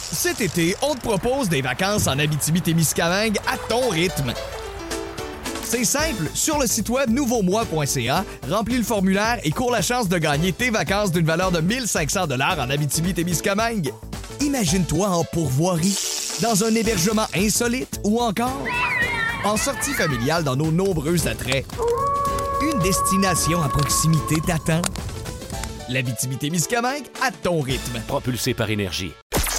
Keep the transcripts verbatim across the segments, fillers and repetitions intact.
Cet été, on te propose des vacances en Abitibi-Témiscamingue à ton rythme. C'est simple, sur le site web nouveau moi point c a, remplis le formulaire et cours la chance de gagner tes vacances d'une valeur de mille cinq cents dollars en Abitibi-Témiscamingue. Imagine-toi en pourvoirie, dans un hébergement insolite ou encore en sortie familiale dans nos nombreux attraits. Une destination à proximité t'attend. L'Abitibi-Témiscamingue à ton rythme. Propulsé par Énergie.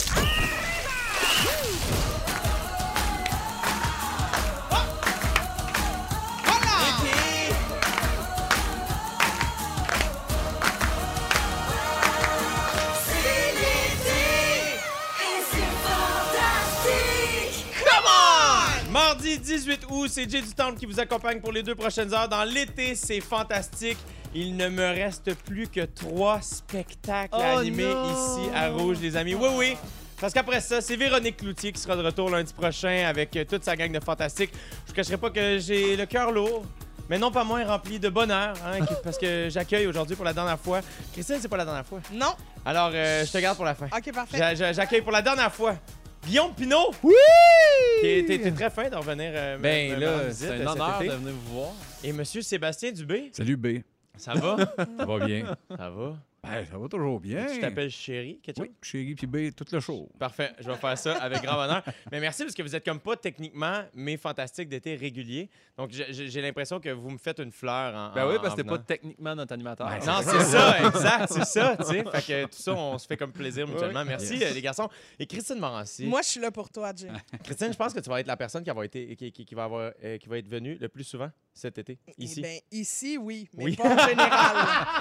Mardi dix-huit août, c'est Jay du Temple qui vous accompagne pour les deux prochaines heures. Dans l'été, c'est fantastique. Il ne me reste plus que trois spectacles oh à animer non! ici à Rouge, les amis. Oui, oui. Parce qu'après ça, c'est Véronique Cloutier qui sera de retour lundi prochain avec euh, toute sa gang de fantastiques. Je ne cacherai pas que j'ai le cœur lourd, mais non pas moins rempli de bonheur, hein, parce que j'accueille aujourd'hui pour la dernière fois. Christine, c'est pas la dernière fois. Non. Alors, euh, je te garde pour la fin. OK, parfait. J'a- j'a- J'accueille pour la dernière fois Guillaume Pinot. Oui! T'es t'es très fin de revenir euh, me- Ben me- me là, rendre visite, c'est euh, un cet honneur été. de venir vous voir. Et monsieur Sébastien Dubé, Salut B. ça va? Ça va bien? Ça va? Ben, ça va toujours bien. Tu t'appelles Chéri, quelque chose? Oui, chérie puis B, tout le show. Parfait, je vais faire ça avec grand bonheur. Mais merci parce que vous êtes comme pas techniquement mes fantastiques d'été réguliers. Donc j'ai- j'ai j'ai l'impression que vous me faites une fleur en Ben en- oui, parce en que t'es pas venant. techniquement notre animateur. Ben, Non, c'est ça, exact, c'est ça, tu sais. Fait que tout ça, on se fait comme plaisir mutuellement. Merci Yes. euh, les garçons. Et Christine Morancy. Moi, je suis là pour toi, Jay. Christine, je pense que tu vas être la personne qui va, été, qui, qui- qui va, avoir, euh, qui va être venue le plus souvent cet été, ici. Eh bien, ici, oui, mais Oui. pas en général.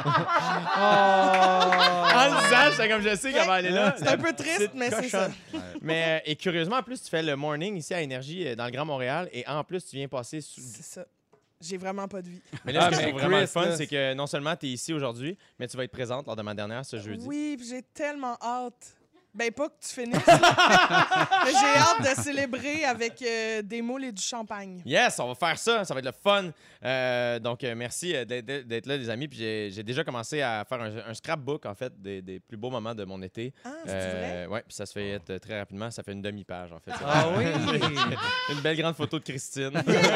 En le disant, j'étais comme je sais qu'elle va aller là. C'est un peu triste, mais c'est ça. cochonne. Mais, euh, et curieusement, en plus, tu fais le morning ici à Énergie euh, dans le Grand Montréal et en plus, tu viens passer sous... C'est ça. J'ai vraiment pas de vie. Mais là, ce Ah, que je mais trouve vraiment le Chris, fun, là, c'est que non seulement tu es ici aujourd'hui, mais tu vas être présente lors de ma dernière ce jeudi. Oui, puis j'ai tellement hâte. Ben, pas que tu finisses, là. Mais j'ai hâte de célébrer avec euh, des moules et du champagne. Yes, on va faire ça, ça va être le fun. Euh, donc, euh, merci euh, d'être d'être là, les amis. Puis j'ai j'ai déjà commencé à faire un, un scrapbook, en fait, des, des plus beaux moments de mon été. Ah, c'est vrai? Ouais, puis ça se fait être très rapidement. Ça fait une demi-page, en fait. Ah oui? Une belle grande photo de Christine.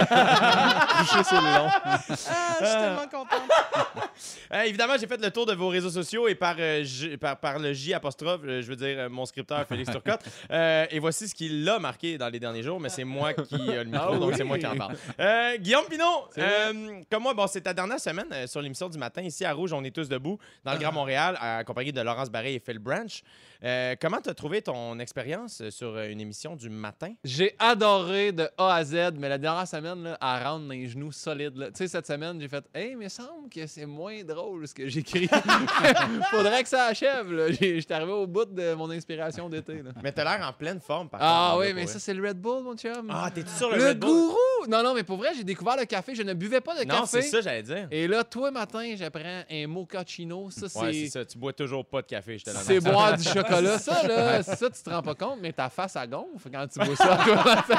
Toucher sur le long. Ah, je suis tellement contente. Euh, évidemment, j'ai fait le tour de vos réseaux sociaux et par, euh, J- par, par le J apostrophe, euh, je veux dire euh, mon scripteur Félix Turcotte. Euh, et voici ce qu'il a marqué dans les derniers jours, mais c'est moi qui ai le micro, Ah donc oui. c'est moi qui en parle. Euh, Guillaume Pinot, C'est vrai. euh, comme moi, bon, c'est ta dernière semaine euh, sur l'émission du matin. Ici à Rouge, on est tous debout dans le Grand Montréal, accompagné de Laurence Barré et Phil Branch. Euh, comment tu as trouvé ton expérience euh, sur euh, une émission du matin? J'ai adoré de A à Z, mais la dernière semaine, là, à rendre les genoux solides. là. Tu sais, cette semaine, j'ai fait « Hey, mais il semble que c'est moins drôle ce que j'écris. Faudrait que ça achève. » là. J'ai- J'étais arrivé au bout de mon inspiration d'été. là. Mais t'as l'air en pleine forme, par Ah contre. oui, là, mais pour ça, vrai. c'est le Red Bull, mon chum. Ah, t'es-tu sur le, le Red Bull? gourou! Non, non, mais pour vrai, j'ai découvert le café. Je ne buvais pas de Non, café. c'est ça, j'allais dire. Et là, toi, matin, j'apprends un mochaccino. Ça, c'est... Ouais, c'est ça. Tu bois toujours pas de café, je te l'annonce. C'est boire du chocolat. Ça, là, ça, tu te rends pas compte, mais ta face, à gonfle quand tu bois ça toi matin.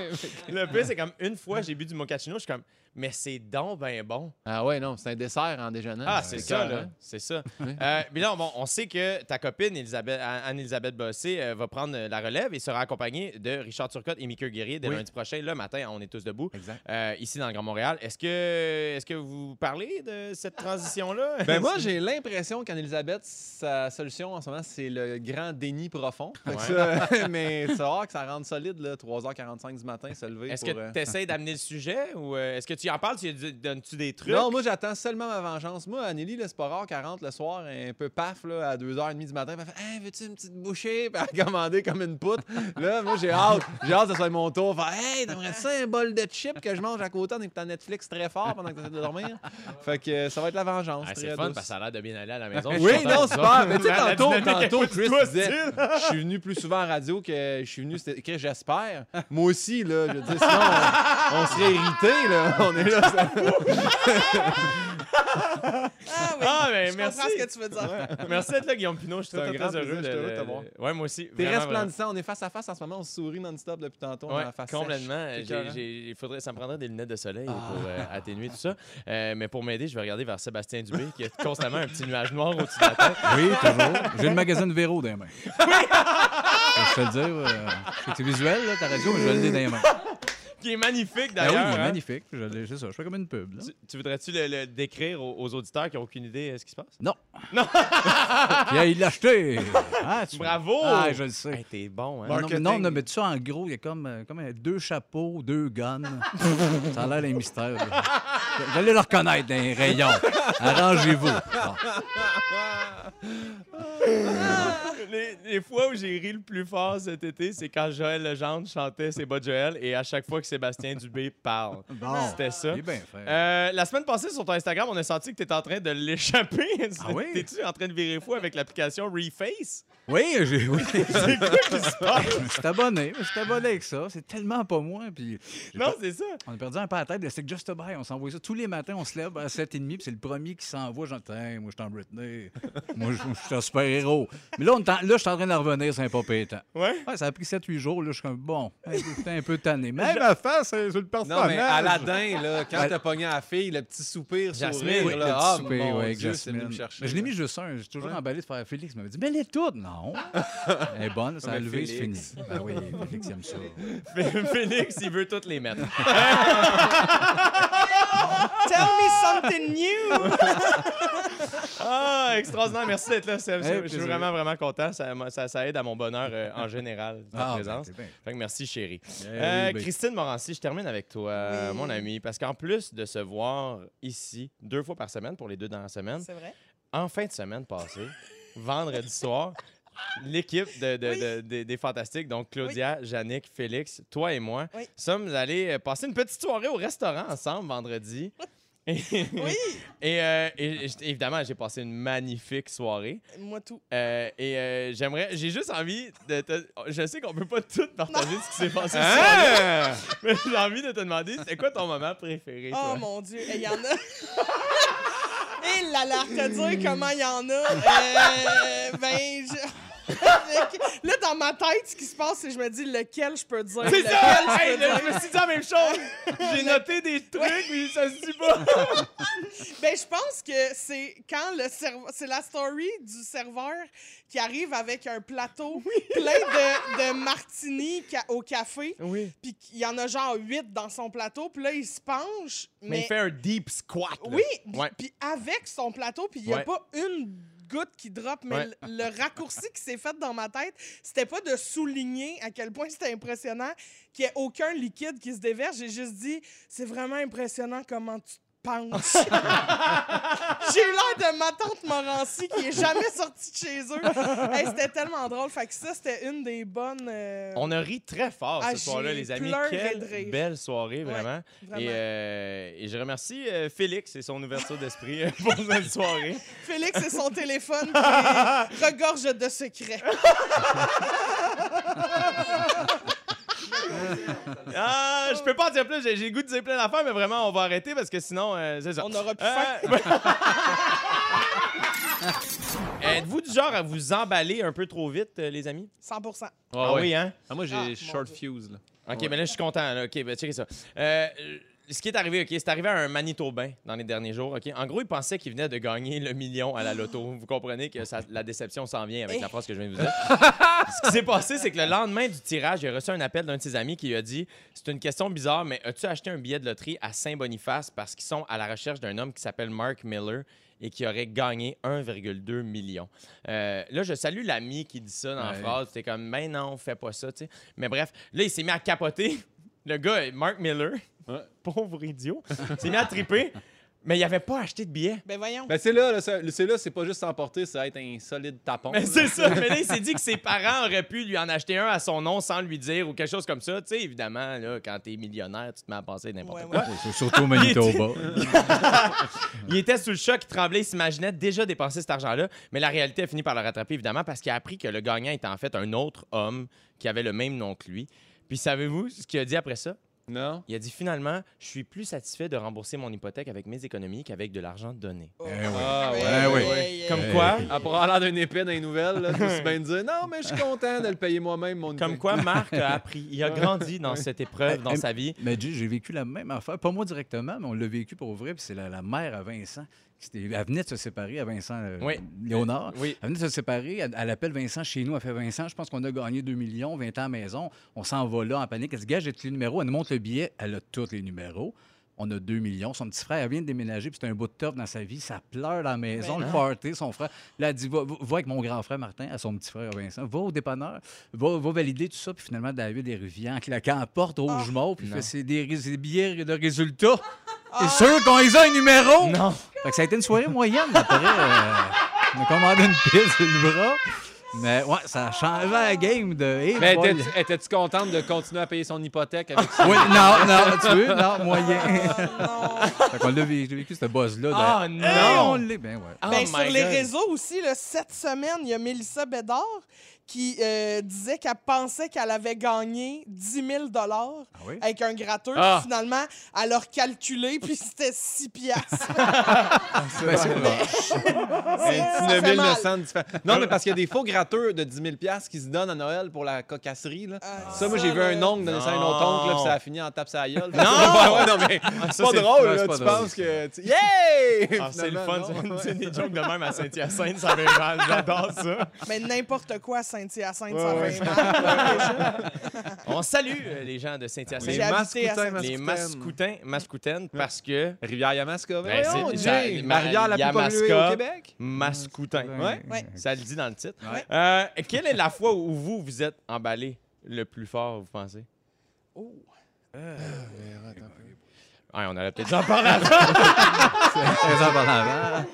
Le pire, c'est comme une fois, j'ai bu du mochaccino, je suis comme, mais c'est donc ben bon. Ah ouais, non, c'est un dessert en déjeunant. Ah, c'est ça, cœur, là. hein. C'est ça. Oui. Euh, mais là, bon, on sait que ta copine, Elisabeth, Anne-Elisabeth Bossé, euh, va prendre la relève et sera accompagnée de Richard Turcotte et Mickey Guerrier dès Oui. lundi prochain. Le matin, on est tous debout, Exact. euh, ici dans le Grand Montréal. Est-ce que, est-ce que vous parlez de cette transition-là? Ben moi, j'ai l'impression qu'Anne-Elisabeth, sa solution en ce moment, c'est le grand déni profond. Fait que ça- mais c'est rare que ça rende solide, là, trois heures quarante-cinq du matin, se lever. Est-ce pour, que euh, tu essaies d'amener le sujet ou euh, est-ce que tu en parles? Tu lui donnes-tu des trucs? Non, moi, j'attends seulement ma vengeance. Moi, Anneli, là, c'est pas rare qu'elle rentre le soir un peu paf là, à deux heures trente du matin. Puis elle fait « Hey, veux-tu une petite bouchée? » Puis elle a commandé comme une poutre. Là, moi, j'ai hâte. J'ai hâte que ce soit mon tour. Faire « Hey, t'aimerais ça un bol de chips que je mange à côté en écoutant Netflix très fort pendant que tu essaies de dormir? » Fait que euh, ça va être la vengeance. Ah, très c'est fun douce. parce que ça a l'air de bien aller à la maison. Oui, Je suis non, content de super. ça. Mais tu sais, La- la tantôt, dynamique est tantôt pas Chris du tout disait hostile. je suis venu plus souvent en radio que je suis venu. C'était écrit j'espère. Moi aussi, là. Je veux dire, sinon, on, on serait irrité, là. On est là. ça- Ah oui, Ah, ben, je merci. comprends ce que tu veux dire. Ouais. Merci d'être là, Guillaume Pinot. Je suis C'est très, un très grand heureux plaisir, de, je suis heureux de de- te voir. de- Ouais, moi aussi. T'es vraiment, resplendissant, on est face à face en ce moment, on se sourit non-stop depuis tantôt, on Ouais, a la face complètement. sèche. J'ai- j'ai- il faudrait, ça me prendrait des lunettes de soleil Ah. pour euh, atténuer tout ça. Euh, mais pour m'aider, je vais regarder vers Sébastien Dubé, qui a constamment un petit nuage noir au-dessus de la tête. Oui, toujours. J'ai le magazine Véro dans les mains. Je te le dire, euh, c'est visuel, là, ta radio, mais je l'ai dans les mains. Qui est magnifique, Ah oui, d'ailleurs. il est hein. magnifique. Je l'ai- C'est ça, je fais comme une pub. Là. Tu, tu voudrais-tu le, le décrire aux, aux auditeurs qui n'ont aucune idée de ce qui se passe? Non. Non. Puis, il l'a acheté. Ah, tu- Bravo! Ah, je le sais. Hey, t'es bon, hein? Non, non, mais Marketing. non, on a mis ça en gros. Il y a comme, euh, comme euh, deux chapeaux, deux guns. Ça a l'air d'un mystère. là. Vous allez le reconnaître dans les rayons. Arrangez-vous. Bon. Les, les fois où j'ai ri le plus fort cet été, c'est quand Joël Legendre chantait C'est bas de Joël et à chaque fois que Sébastien Dubé parle. Bon. C'était ça. Il est bien fait. Euh, la semaine passée, sur ton Instagram, on a senti que tu étais en train de l'échapper. Ah oui? T'es-tu en train de virer fou avec l'application Reface? Oui, j'ai. Oui. C'est quoi qui se passe? Je me suis abonné. Je me suis abonné avec ça. C'est tellement pas moi. Puis j'ai Non, pas- c'est ça. On a perdu un peu la tête. C'est que Just Buy, on s'envoie ça. Tous les matins, on se lève à sept heures trente, puis c'est le premier qui s'envoie. J'entends, hey, moi, je suis en Britney. moi, je je suis un super-héros. Mais là, on est en- là, je suis en train de revenir, c'est un pas pétant. Ouais? Ouais, ça a pris sept huit jours. Là, je suis comme, bon, un peu, j'étais un peu tanné. Même ma face, c'est sur le Non, personnage. mais Aladdin, là, quand Ouais. t'as pogné à la fille, le petit soupir, Jasmine, sourire, oui, là, Le ah, petit souper, mon ouais, avec Dieu, c'est venu Jasmine. me chercher. Mais je l'ai mis juste un. J'ai toujours emballé de faire Félix. Il m'avait dit, mais les toutes. Non. Elle est bonne, ça a Mais levé, c'est fini. Félix. Ben oui, Félix aime ça. Félix, il veut toutes les mettre. Tell me something new! Ah, extraordinaire. Merci d'être là, Seb. Hey, je suis plaisir. vraiment, vraiment content. Ça, ça, ça aide à mon bonheur euh, en général, ta Ah, présence. ben, c'est bien. Fait que merci, chérie. Eh Euh, oui, ben, Christine Morancy, je termine avec toi, Oui. mon ami, parce qu'en plus de se voir ici deux fois par semaine pour les deux dernières semaines, C'est vrai? en fin de semaine passée, vendredi soir, l'équipe de, de- Oui. de- de- des Fantastiques, donc Claudia, Yannick, Félix, toi et moi, Oui. sommes allés euh, passer une petite soirée au restaurant ensemble vendredi. Et, Oui! et, euh, et- et j- évidemment, j'ai passé une magnifique soirée. Moi, tout. Euh, et euh, j'aimerais, j'ai juste envie de te. Je sais qu'on peut pas tout partager ce qui s'est passé ce Hein? soir-là, mais j'ai envie de te demander, c'était quoi ton moment préféré, Oh toi? mon Dieu, il y en a. Et là là, te dire comment il y en a. Euh, ben, je... là, dans ma tête, ce qui se passe, c'est que je me dis lequel je peux dire. C'est lequel ça! je Hey, peux là, dire. je me suis dit la même chose! J'ai noté des trucs, mais ça se dit pas! Ben, je pense que c'est quand le serveur. C'est la story du serveur qui arrive avec un plateau plein de, de martini ca- au café. Oui. Puis il y en a genre huit dans son plateau. Puis là, il se penche. Mais, Mais, il fait un deep squat. là. oui, Ouais. puis avec son plateau, puis il n'y a Ouais. pas une goutte qui drop, mais Ouais. le, le raccourci qui s'est fait dans ma tête, c'était pas de souligner à quel point c'était impressionnant qu'il n'y ait aucun liquide qui se déverse. J'ai juste dit, c'est vraiment impressionnant comment tu te penches. J'ai eu l'air de ma tante Morancy qui est jamais sortie de chez eux. Hey, c'était tellement drôle. Fait que ça, c'était une des bonnes... euh, On a ri très fort Ah, ce soir-là, j'ai les amis. pleuré Quelle de rire. belle soirée, vraiment. vraiment. Et, euh, et je remercie euh, Félix et son ouverture d'esprit euh, pour cette soirée. Félix et son téléphone qui regorge de secrets. Ah, je peux pas en dire plus, j'ai j'ai le goût de dire plein d'affaires, mais vraiment, on va arrêter parce que sinon, euh, c'est ça. On aura pu Euh, faire... Êtes-vous du genre à vous emballer un peu trop vite, euh, les amis? cent pour cent. Ah oui, hein? Ah, moi, j'ai Ah, mon short Dieu. fuse, là. OK, Ouais. mais là, je suis content. Là. OK, ben, checkez ça. Euh, ce qui est arrivé, OK, c'est arrivé à un Manitobain dans les derniers jours, OK? En gros, il pensait qu'il venait de gagner le million à la loto. Vous comprenez que ça- la déception s'en vient avec Eh. la phrase que je viens de vous dire. Ce qui s'est passé, c'est que le lendemain du tirage, il a reçu un appel d'un de ses amis qui lui a dit « C'est une question bizarre, mais as-tu acheté un billet de loterie à Saint-Boniface parce qu'ils sont à la recherche d'un homme qui s'appelle Mark Miller et qui aurait gagné un virgule deux million. Euh, là, je salue l'ami qui dit ça dans la Ouais. phrase. C'était comme « Mais non, fais pas ça. » tu sais. Mais bref, là, il s'est mis à capoter. Le gars, Mark Miller, Ouais. pauvre idiot, s'est mis à triper, mais il avait pas acheté de billet. Ben voyons. Ben, c'est là, là, ça- c'est là, c'est pas juste s'emporter, c'est être un solide tapon. Mais là. c'est ça. Mais là, il s'est dit que ses parents auraient pu lui en acheter un à son nom sans lui dire ou quelque chose comme ça. Tu sais, évidemment, là, quand t'es millionnaire, tu te mets à penser n'importe Ouais, quoi. ouais. C'est surtout au Manitoba. Il était sous le choc, il tremblait, il s'imaginait déjà dépenser cet argent-là. Mais la réalité a fini par le rattraper, évidemment, parce qu'il a appris que le gagnant était en fait un autre homme qui avait le même nom que lui. Puis savez-vous ce qu'il a dit après ça? Non? Il a dit finalement, je suis plus satisfait de rembourser mon hypothèque avec mes économies qu'avec de l'argent donné. Oh. Eh oui. Ah, ouais. Eh oui. ouais, Comme ouais. quoi, À pour avoir l'air d'un épée dans les nouvelles, là, tout bien dire non, mais je suis content de le payer moi-même, mon comme quoi Marc a appris, il a grandi dans cette épreuve, dans Eh, sa vie. Mais Jay, j'ai vécu la même affaire. Pas moi directement, mais on l'a vécu pour vrai. Puis c'est la, la mère à Vincent. C'était- Elle venait de se séparer à Vincent euh, Oui. Léonard. Oui. Elle venait de se séparer. Elle, elle appelle Vincent chez nous. Elle fait Vincent, je pense qu'on a gagné deux millions, vingt ans à la maison. On s'en va là en panique. Elle se gage, j'ai tous les numéros. Elle nous montre le billet. Elle a tous les numéros. On a deux millions. Son petit frère, elle vient de déménager, puis c'est un bout de top dans sa vie. Ça pleure dans la maison, Ben le non. party, son frère. Là, elle dit va, va- va avec mon grand frère Martin, à son petit frère Vincent. Va au dépanneur, va, va valider tout ça. Puis finalement, David est revenu en claquant la porte rouge Ah. mauve, puis il Non. fait c'est des, rés- des billets de résultats. C'est sûr qu'on les a un numéro. Non. Fait que ça a été une soirée moyenne. Après, euh, on a commandé une pile sur le bras. Mais ouais, ça a changé la game de. Hey, Mais boy. étais-tu étais-tu contente de continuer à payer son hypothèque avec ça? Oui, non, non, tu veux, non, moyen. Non. Fait qu'on l'a vécu, j'ai vécu, cette boss-là. de- Ah, Hey, non! on l'est, ben ouais. Oh Ben, my sur les God. réseaux aussi, là, cette semaine, il y a Mélissa Bédard qui euh, disait qu'elle pensait qu'elle avait gagné dix mille dollars Ah oui? avec un gratteur. Ah. Puis finalement, elle a recalculé, puis c'était six piastres. Ben, c'est vrai. Ça dix-neuf fait mille mal. neuf cents différents. Non, mais parce qu'il y a des faux gratteurs de dix mille dollars qui se donnent à Noël pour la cocasserie. Là. Ah, Ça, moi, ça, j'ai vu là. un oncle donner ça à un autre oncle, là, puis ça a fini en tape sa gueule. Non! Ouais, non, mais c'est ça, pas c'est- drôle, ouais, là. c'est pas Tu drôle. penses que. tu- Yeah! Ah, c'est le Finalement, fun, non. c'est des jokes de même à Saint-Hyacinthe, ça fait mal, j'adore ça. Mais n'importe quoi à Saint-Hyacinthe, Ouais, ça ouais. fait mal. là, déjà. On salue euh, les gens de Saint-Hyacinthe, J'ai Les habité à mascoutins, les mascoutins, mascoutaines, parce que Rivière-Yamaska. Ben, Voyons, c'est- Jay, ça- ma rivière la plus Yamaska. polluée au Québec. mascoutins. Ouais. Ouais. Ça le dit dans le titre. Ouais. Euh, quelle est la fois où vous, vous êtes emballé le plus fort, vous pensez? Oh. Ouais, on aurait peut-être dû en parler avant. Très important.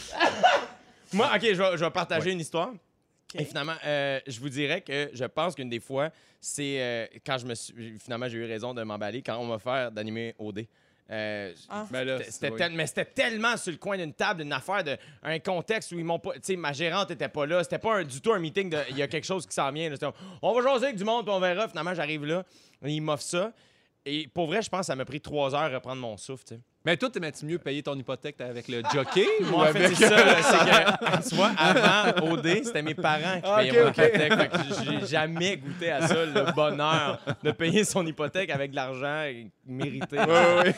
Moi, OK, je vais, je vais partager une histoire. OK. Et finalement, euh, je vous dirais que je pense qu'une des fois, c'est euh, quand je me suis... Finalement, j'ai eu raison de m'emballer quand on m'a offert d'animer O D. Euh, Ah. Ben là, C'était- c'était oui. tel- mais c'était tellement sur le coin d'une table, une affaire de un contexte où ils m'ont pas. Tu sais, ma gérante était pas là. C'était pas un, du tout un meeting de. Il y a quelque chose qui s'en vient. là. C'était, on va jaser avec du monde, puis on verra. Finalement, j'arrive là. Et ils m'offrent ça. Et pour vrai, je pense que ça m'a pris trois heures à reprendre mon souffle. tu sais. Mais toi, t'aimais-tu mieux payer ton hypothèque avec le jockey ou Moi, en fait, avec. c'est ça. là, c'est que, tu vois, avant O D, c'était mes parents qui Ah, payaient ok, mon ok. hypothèque. Fait que j'ai jamais goûté à ça, le bonheur de payer son hypothèque avec de l'argent mérité. Ouais, ouais.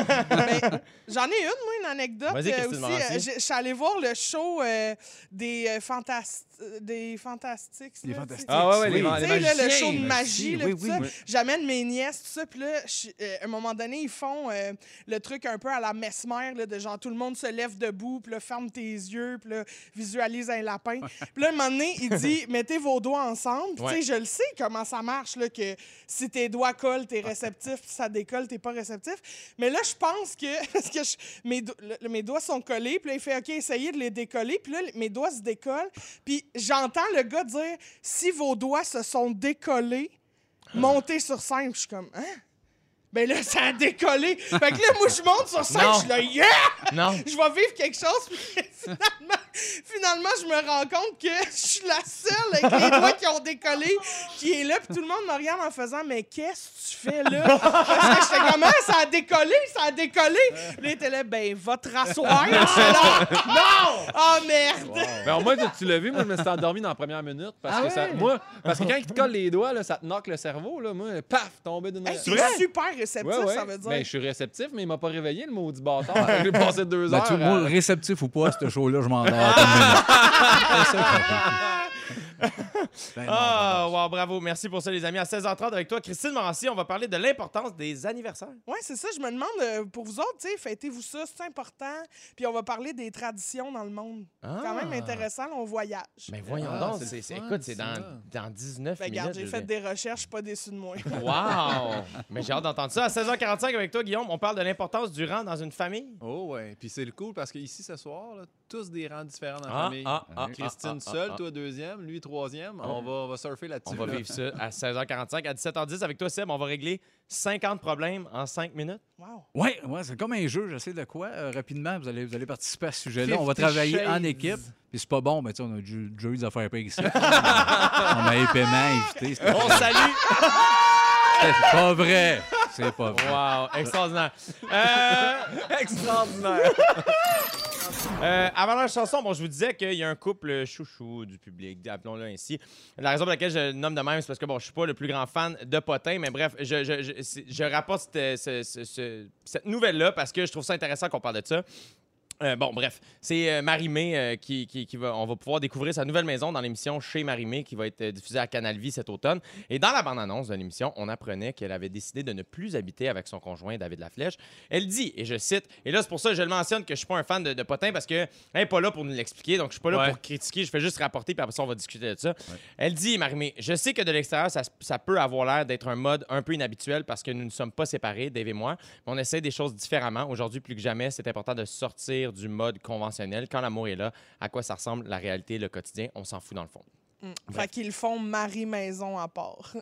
Ben, j'en ai une, moi, une anecdote. Vas-y, euh, Christine aussi. Morancy. Euh, j'ai- Je suis allée voir le show euh, des, euh, fantas- euh, des Fantastiques. Les là, Fantastiques. tu sais, Ah, ouais, ouais, les, Oui. les Tu sais, là, le magiciens. show de magie, Magiciens, là, oui, tout oui, ça. oui. J'amène mes nièces, tout ça. Puis là, je- euh, à un moment donné, ils font euh, le truc un peu à la Mesmer, là, de genre tout le monde se lève debout, puis là, ferme tes yeux, puis là, visualise un lapin. Puis là, un moment donné, il dit mettez vos doigts ensemble. Puis, Ouais. tu sais, je le sais comment ça marche, là, que si tes doigts collent, t'es réceptif, puis ça décolle, t'es pas réceptif. Mais là, je pense que. Parce que je- mes, do- le- mes doigts sont collés, puis là, il fait OK, essayez de les décoller. Puis là, mes doigts se décollent. Puis j'entends le gars dire si vos doigts se sont décollés, montez sur scène. Puis je suis comme hein? Ben là, ça a décollé. Fait que là, moi, je monte sur scène, Non. je suis là, yeah! Non. Je vais vivre quelque chose. Puis finalement, finalement, je me rends compte que je suis la seule avec les doigts qui ont décollé qui est là. Puis tout le monde me regarde en faisant mais qu'est-ce que tu fais là? Parce que j'étais comme ah, ça a décollé, ça a décollé. Puis là, il était là, ben va te rasseoir. Je suis là, non! Oh merde! Ben, au moins, tu, tu l'as vu, moi, je me suis endormi dans la première minute. Parce, Ah que, ça, ouais? moi, parce que quand ils te collent les doigts, là, ça te knock le cerveau. Là, moi, paf, tombé d'une Hey, main. t'es super réceptif, Ouais, ouais. ça veut dire. Ben, je suis réceptif, mais il m'a pas réveillé, le maudit bâtard. J'ai passé deux Ben, heures. tu vois, moi, à- réceptif ou pas, ce show-là, je m'endors. comme une minute. C'est ça, ben non, Ah, wow, bravo. Merci pour ça, les amis. À seize heures trente, avec toi, Christine Morancy, on va parler de l'importance des anniversaires. Oui, c'est ça. Je me demande, euh, pour vous autres, tu sais, fêtez-vous ça, c'est important. Puis on va parler des traditions dans le monde. Ah. Quand même intéressant, là, on voyage. Mais voyons Ah, donc, c'est c'est, le c'est- fun, écoute, c'est dans, ça. dans dix-neuf Ben, minutes. regarde, j'ai je fait veux des recherches, je suis pas déçu de moi. dire. Wow! Mais j'ai hâte d'entendre ça. À seize heures quarante-cinq, avec toi, Guillaume, on parle de l'importance du rang dans une famille. Oh, ouais. Puis c'est le cool parce qu'ici, ce soir, là, tous des rangs différents dans la Ah, famille. ah, ah, Christine ah, ah, seule, ah. toi deuxième, lui troisième. On, va, on va surfer là-dessus. On va là. vivre ça à seize heures quarante-cinq. À dix-sept heures dix, avec toi, Seb, on va régler cinquante problèmes en cinq minutes. Wow. Oui, ouais, c'est comme un jeu. J'essaie de quoi? Euh, rapidement, vous allez, vous allez participer à ce sujet-là. On va Fifty travailler en Shades. équipe. Puis c'est pas bon, mais tu sais, on a déjà déjà eu des affaires pires ici. on a les paiements invités. C'était On salue! c'était pas vrai. C'est pas vrai. Wow, extraordinaire. Euh, Extraordinaire. euh, avant la chanson, bon, je vous disais qu'il y a un couple chouchou du public, appelons-le ainsi. La raison pour laquelle je le nomme de même, c'est parce que bon, je suis pas le plus grand fan de Potin, mais bref, je, je, je, c'est- je rapporte cette, ce- ce- ce- cette nouvelle-là parce que je trouve ça intéressant qu'on parle de ça. Euh, bon, bref, c'est euh, Marie-Mé euh, qui, qui, qui va... On va pouvoir découvrir sa nouvelle maison dans l'émission Chez Marie-Mé qui va être euh, diffusée à Canal Vie cet automne. Et dans la bande-annonce de l'émission, on apprenait qu'elle avait décidé de ne plus habiter avec son conjoint David Laflèche. Elle dit, et je cite, et là, c'est pour ça que je le mentionne que je suis pas un fan de, de Potin parce qu'elle n'est pas là pour nous l'expliquer, donc je suis pas là Ouais. pour critiquer, je fais juste rapporter, puis après ça, on va discuter de ça. Elle dit, Marie-Mé, je sais que de l'extérieur, ça, ça peut avoir l'air d'être un mode un peu inhabituel parce que nous ne sommes pas séparés, Dave et moi, mais on essaie des choses différemment. Aujourd'hui, plus que jamais, c'est important de sortir du mode conventionnel. Quand l'amour est là, à quoi ça ressemble la réalité, le quotidien, on s'en fout dans le fond. Mm. Fait qu'ils font Marie-Maison à part.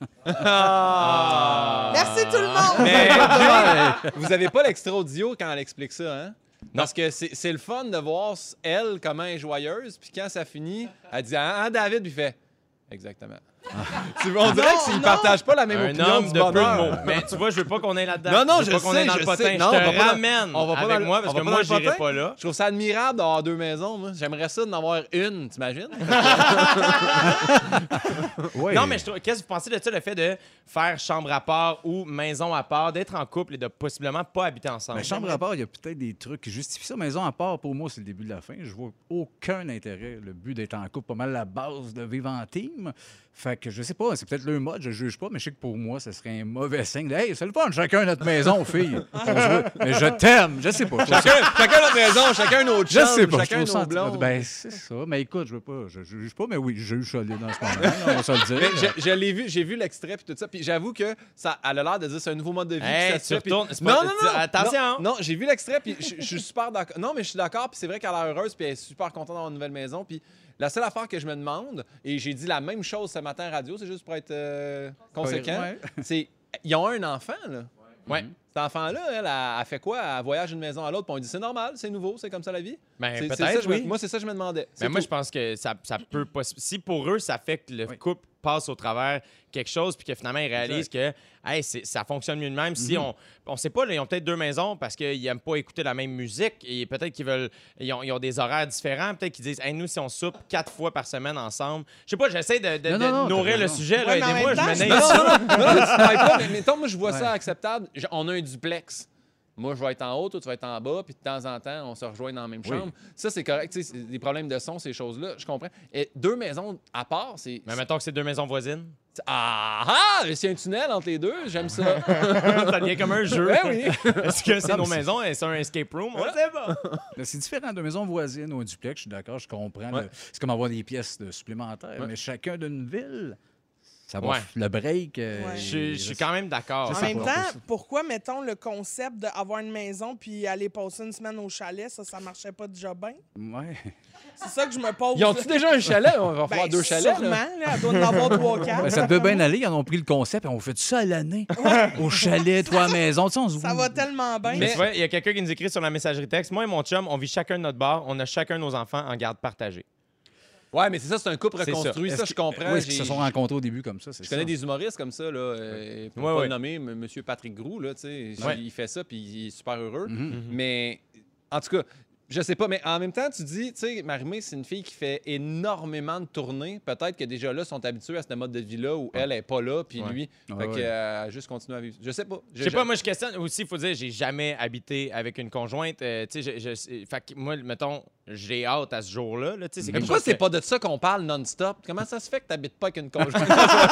Ah. Merci tout le monde! Mais Jay, vous avez pas l'extrait audio quand elle explique ça, hein? Non. Parce que c'est c'est le fun de voir elle comment elle est joyeuse, puis quand ça finit, elle dit ah, hein, David, puis il fait exactement. Tu vois, on dirait Non, qu'ils non. partagent pas la même Un opinion homme du de peu de bonheur. mots. Mais tu vois, je veux pas qu'on ait là-dedans. Non, non, je veux je pas qu'on sais, ait dans je le potin. sais. Je Non, te on va pas dans- ramène on va pas avec dans le- moi parce on que va pas moi, dans le j'irai potin? pas là. Je trouve ça admirable d'avoir deux maisons, moi. J'aimerais ça d'en avoir une, t'imagines? Oui. Non, mais je trouve- qu'est-ce que vous pensez de ça, le fait de faire chambre à part ou maison à part, d'être en couple et de possiblement pas habiter ensemble? Mais chambre à part, il y a peut-être des trucs qui justifient ça. Maison à part, pour moi, c'est le début de la fin. Je vois aucun intérêt. Le but d'être en couple, pas mal la base de vivre en team. Fait que je sais pas, c'est peut-être le mode, je juge pas, mais je sais que pour moi, ce serait un mauvais signe. Hey, c'est le fun, chacun notre maison, fille. On se voit. Mais je t'aime, je sais pas. Je trouve ça- chacun, chacun notre maison, chacun notre Je chambre, sais pas, je chacun trouve ça nos blondes. Ben, c'est ça. Mais écoute, je veux pas, je juge pas, mais oui, je juge solide dans ce moment. On va se le dire. Mais je, je l'ai vu, j'ai vu l'extrait puis tout ça, puis j'avoue que ça elle a l'air de dire c'est un nouveau mode de vie. Hey, puis ça se tu fait, puis- retournes- c'est Non, pas- non, tu- non, attention. Non, non, j'ai vu l'extrait puis je, je suis super d'accord. Non, mais je suis d'accord, puis c'est vrai qu'elle a l'air heureuse puis elle est super contente d'avoir une nouvelle maison, puis la seule affaire que je me demande, et j'ai dit la même chose ce matin à radio, c'est juste pour être euh, conséquent, Ouais. c'est ils ont un enfant là. Ouais. Cet enfant-là, elle, elle, elle fait quoi? Elle voyage d'une maison à l'autre, puis on dit c'est normal, c'est nouveau, c'est comme ça la vie. Ben, C'est- c'est peut-être, ça, je me- oui. Moi, c'est ça que je me demandais. C'est Mais moi, tout. je pense que ça, ça peut pas. Si pour eux, ça fait que le Oui. couple passe au travers quelque chose, puis que finalement, ils réalisent que hey, c'est- ça fonctionne mieux de même. Si on. On sait pas, là, ils ont peut-être deux maisons parce qu'ils aiment pas écouter la même musique et peut-être qu'ils veulent. Ils ont, ils ont des horaires différents. Peut-être qu'ils disent, hey, nous, si on soupe quatre fois par semaine ensemble. Je sais pas, j'essaie de, de- Non, de non, non, nourrir t'as le raison. sujet. là, Ouais, mais en Aidez-moi, même je temps, me Non, naïve non, ça. non, non, non, tu travailles pas, mais mettons, moi, je vois Ouais. ça acceptable. Je- On a un duplex. Moi, je vais être en haut, toi, tu vas être en bas, puis de temps en temps, on se rejoint dans la même Oui. chambre. Ça, c'est correct. Tu sais, c'est des problèmes de son, ces choses-là, je comprends. Et deux maisons à part, c'est. Mais mettons que c'est deux maisons voisines. Ah ah! C'est un tunnel entre les deux, j'aime ça. Ça devient comme un jeu. Ouais, oui. Est-ce que c'est Non, nos mais c'est- maisons et c'est un escape room? On sait pas. Là, c'est différent de maison voisine ou un duplex, je suis d'accord, je comprends. Ouais. le- C'est comme avoir des pièces de supplémentaires, Ouais. mais chacun d'une ville, ça va Ouais. f- le break. euh, Ouais. Je je suis quand même d'accord. Je En sais même pas. temps, pourquoi, mettons, le concept d'avoir une maison puis aller passer une semaine au chalet, ça, ça marchait pas déjà bien? Ouais. C'est ça que je me pose. Ils ont-tu déjà un chalet? On va Ben, faire deux chalets. sûrement, là. là. Elle doit en avoir trois, quatre. Ben, ça devait bien aller, ils en ont pris le concept et on fait ça à l'année. Au chalet, toi à la maison. Tu sais, on se Ça va tellement bien. Mais tu vois, il y a quelqu'un qui nous écrit sur la messagerie texte. Moi et mon chum, on vit chacun de notre bar. On a chacun nos enfants en garde partagée. Ouais, mais c'est ça, c'est un couple C'est ça. reconstruit. Ça, Est-ce je que- comprends. Oui, est-ce qu'ils J'ai- se sont rencontrés au début comme ça? c'est Je connais ça? des humoristes comme ça, là, euh, pour Ouais, pas ouais. le nommer, M. Monsieur Patrick Groux, là, tu sais, Ouais. il fait ça, puis il est super heureux. Mhm. Mais, en tout cas, je sais pas, mais en même temps, tu dis, tu sais, Marie-Mé, c'est une fille qui fait énormément de tournées. Peut-être que déjà là, sont habitués à ce mode de vie-là où elle est pas là, puis Ouais. lui, Ouais, fait ouais. que, euh, juste continuer à vivre. Je sais pas. Je sais pas, moi, je questionne aussi, il faut dire, j'ai jamais habité avec une conjointe. Euh, tu sais, je, je- fait que moi, mettons, j'ai hâte à ce jour-là. Là, tu sais, c'est Mais quelque pourquoi chose c'est que- pas de ça qu'on parle non-stop? Comment ça se fait que t'habites pas avec une conjointe?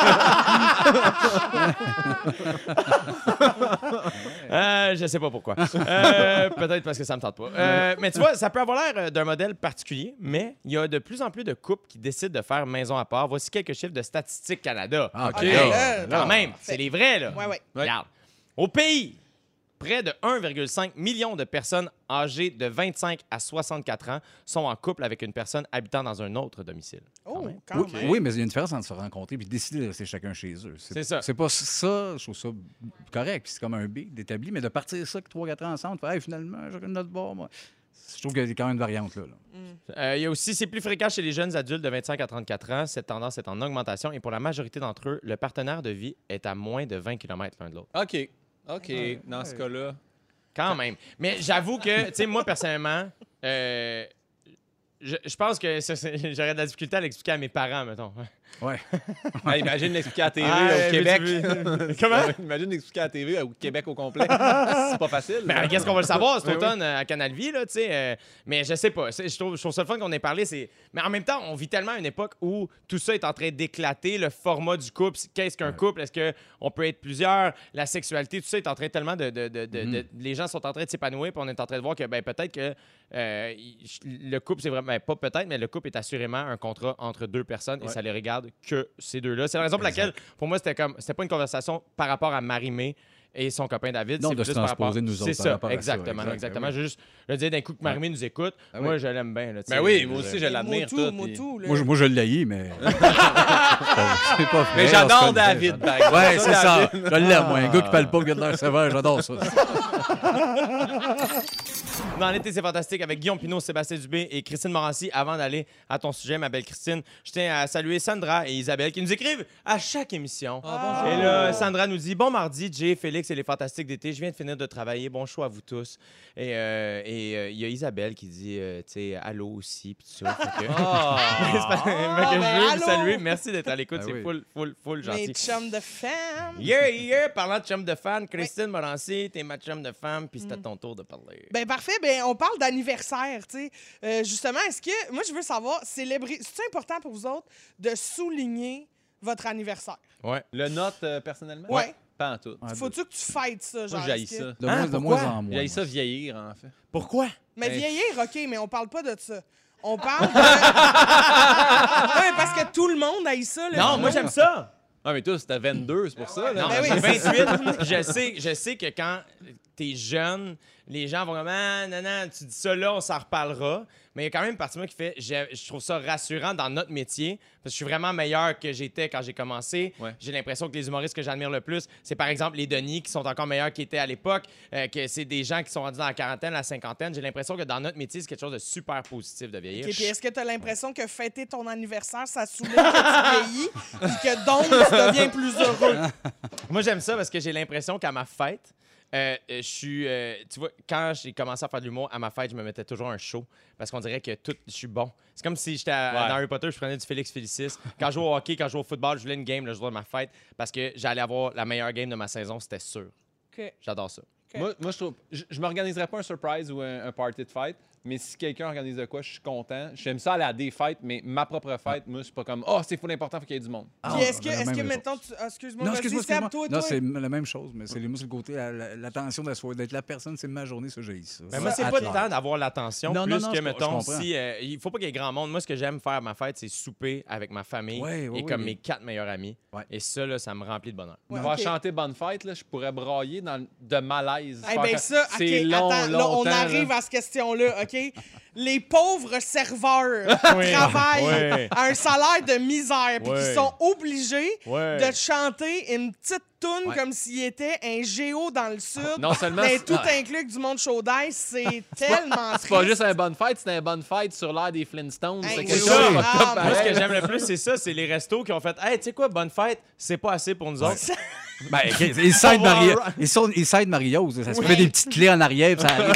Euh, je sais pas pourquoi. Euh, Peut-être parce que ça me tente pas. Euh, mais tu vois, ça peut avoir l'air euh, d'un modèle particulier, mais il y a de plus en plus de couples qui décident de faire maison à part. Voici quelques chiffres de Statistique Canada. Ah, OK. OK, Hey, là, quand là, même, parfait. c'est les vrais, là. Ouais, ouais. Regarde. Au pays, près de un virgule cinq million de personnes âgées de vingt-cinq à soixante-quatre ans sont en couple avec une personne habitant dans un autre domicile. Oh, même. quand Oui, même. oui, mais il y a une différence entre se rencontrer et décider de rester chacun chez eux. C'est ça. C'est pas ça, je trouve ça correct. puis C'est comme un B d'établi, mais de partir ça que trois quatre ans ensemble, faire, hey, finalement, j'ai notre bord, moi. Je trouve qu'il y a quand même une variante là. là. Euh, il y a aussi, c'est plus fréquent chez les jeunes adultes de vingt-cinq à trente-quatre ans. Cette tendance est en augmentation et pour la majorité d'entre eux, le partenaire de vie est à moins de vingt kilomètres l'un de l'autre. OK. OK, dans ce cas-là. Quand même. Mais j'avoue que, tu sais, moi, personnellement, euh, je, je pense que ça, c'est- j'aurais de la difficulté à l'expliquer à mes parents, mettons. Ouais. Ah, imagine l'expliquer à la T V Ah, au Québec. veux-tu- Comment? Imagine l'expliquer à la T V au Québec au complet. C'est pas facile. Mais là. qu'est-ce qu'on va le savoir cet Oui, automne euh, à Canal Vie, là, tu sais. euh, mais je sais pas. C'est- Je trouve, je trouve ça le fun qu'on ait parlé. c'est- Mais en même temps, on vit tellement une époque où tout ça est en train d'éclater. Le format du couple, qu'est-ce qu'un couple? Est-ce qu'on peut être plusieurs? La sexualité, tout ça est en train tellement de... de- de- de- de- Les gens sont en train de s'épanouir, puis on est en train de voir que ben, peut-être que euh, il- le couple, c'est vraiment... ben, pas peut-être, mais le couple est assurément un contrat entre deux personnes et Ouais. ça les regarde que ces deux-là. C'est la raison pour laquelle, pour moi, c'était comme... C'était pas une conversation par rapport à Marie-Mé et son copain David. Non, c'est de plus se par rapport- transposer nous C'est autres par ça, rapport à ça, exactement. exact, exactement. ben Je veux juste le dire d'un coup que Marie-Mé nous écoute. Ah Moi, oui. je l'aime bien. Là, tu sais. Ben oui, Je moi veux aussi, dire. je l'admire. Motu, tout, Motu, là. Moi, je, moi, je l'haïs, mais. c'est pas vrai, Mais on se j'adore connaît, David, j'adore. par exemple. Ouais, c'est ça. David. Je l'aime, moi. Un gars qui parle pas, qui a de l'air sévère, j'adore ça. Dans l'été, c'est fantastique avec Guillaume Pinot, Sébastien Dubé et Christine Morancy. Avant d'aller à ton sujet, ma belle Christine, je tiens à saluer Sandra et Isabelle qui nous écrivent à chaque émission. Ah, Et là, Sandra nous dit bon mardi, Jay, Félix et les fantastiques d'été. Je viens de finir de travailler. Bon choix à vous tous. Et euh, et, euh, il y a Isabelle qui dit euh, tu sais, allô aussi. Puis tout ça. Fait que- Ah. C'est pas- fait que ben, je veux vous allô. saluer. Merci d'être à l'écoute. Ah c'est oui. full, full, full Mes gentil. chums de femmes. Yeah, yeah. Parlant de chum de fan, Christine Morancy, t'es ma chum de femme, puis c'est à ton tour de parler. Ben parfait, ben on parle d'anniversaire, tu sais. Euh, justement, est-ce que moi je veux savoir, célébrer, c'est important pour vous autres de souligner votre anniversaire? Ouais. Le note euh, personnellement? Ouais. Pas en tout. Ouais, Faut-tu que tu fêtes ça, genre? Moi, j'haïs est-ce que- ça. De, Hein, moins, de pourquoi? moins en moins. J'haïs ça moi. vieillir, en fait. Pourquoi? Mais Ben- vieillir, OK, mais on parle pas de ça. On parle de... ouais, parce que tout le monde haït ça. Là, Non, moi j'aime ça. Ah, mais toi, c'était vingt-deux, c'est pour ça. Là. Non, Ben oui, j'ai c'est vingt-huit. je sais, je sais que quand t'es jeune, les gens vont comme ah, non, non, tu dis ça là, on s'en reparlera. Mais il y a quand même une partie de moi qui fait, je, je trouve ça rassurant dans notre métier, parce que je suis vraiment meilleur que j'étais quand j'ai commencé. Ouais. J'ai l'impression que les humoristes que j'admire le plus, c'est par exemple les Denis qui sont encore meilleurs qu'ils étaient à l'époque, euh, que c'est des gens qui sont rendus dans la quarantaine, la cinquantaine. J'ai l'impression que dans notre métier, c'est quelque chose de super positif de vieillir. OK, puis est-ce que tu as l'impression que fêter ton anniversaire, ça souligne que tu vieillis, puis que donc tu deviens plus heureux? Moi, j'aime ça parce que j'ai l'impression qu'à ma fête, euh, euh, je suis. euh, tu vois, quand j'ai commencé à faire de l'humour, à ma fête, je me mettais toujours un show parce qu'on dirait que tout, je suis bon. C'est comme si j'étais à- Ouais. dans Harry Potter, je prenais du Félix Félicis. Quand je jouais au hockey, quand je jouais au football, je voulais une game le jour de ma fête parce que j'allais avoir la meilleure game de ma saison, c'était sûr. OK. J'adore ça. OK. Moi, moi, je trouve. Je, je m'organiserais pas un surprise ou un, un party de fête, mais si quelqu'un organise de quoi, je suis content. J'aime ça aller à des fêtes, mais ma propre fête, moi, je suis pas comme oh, c'est full important, faut qu'il y ait du monde. Ah, Puis est-ce que, on a la est-ce que même mettons, réponse. tu... ah, excuse-moi, Non, vas-y, excuse-moi, Seb, excuse-moi. toi, Non, toi. c'est la même chose, mais c'est les moi, c'est le côté, la- la- l'attention de la soirée, d'être la personne, c'est ma journée, ça, j'ai ça. Mais moi, c'est À pas le l'heure. temps d'avoir l'attention. Non, plus non, non, que, je- je mettons, comprends. si. euh, il faut pas qu'il y ait grand monde. Moi, ce que j'aime faire à ma fête, c'est souper avec ma famille Ouais, et ouais, comme ouais. mes quatre meilleurs amis. Ouais. Et ça, là, ça me remplit de bonheur. Ouais, Faire OK. chanter Bonne Fête, là, je pourrais brailler dans, le- de malaise. Eh Faire bien, que ça, c'est OK, long, attends, là, longtemps. on arrive là. à cette question-là, OK? Les pauvres serveurs Oui. travaillent Oui. à un salaire de misère puis Oui. qui sont obligés Ouais. de te chanter une petite toune Ouais. comme s'il était un géo dans le sud. Non seulement mais c'est- tout ah. inclus que du monde chaud d'ail, c'est tellement C'est pas triste. juste un Bonne Fête, c'est un Bonne Fête sur l'air des Flintstones. Hey, c'est oui, quelque oui. chose Ah, de moi, top mais- Moi, ce pareil. que j'aime le plus, c'est ça, c'est les restos qui ont fait hey, tu sais quoi, bonne fête, c'est pas assez pour nous autres. Ben, OK, ils s'aident On va Maria. en- Ils sont- ils s'aident Marie-Ose. Ça se Oui. fait des petites clés en arrière, puis ça arrive.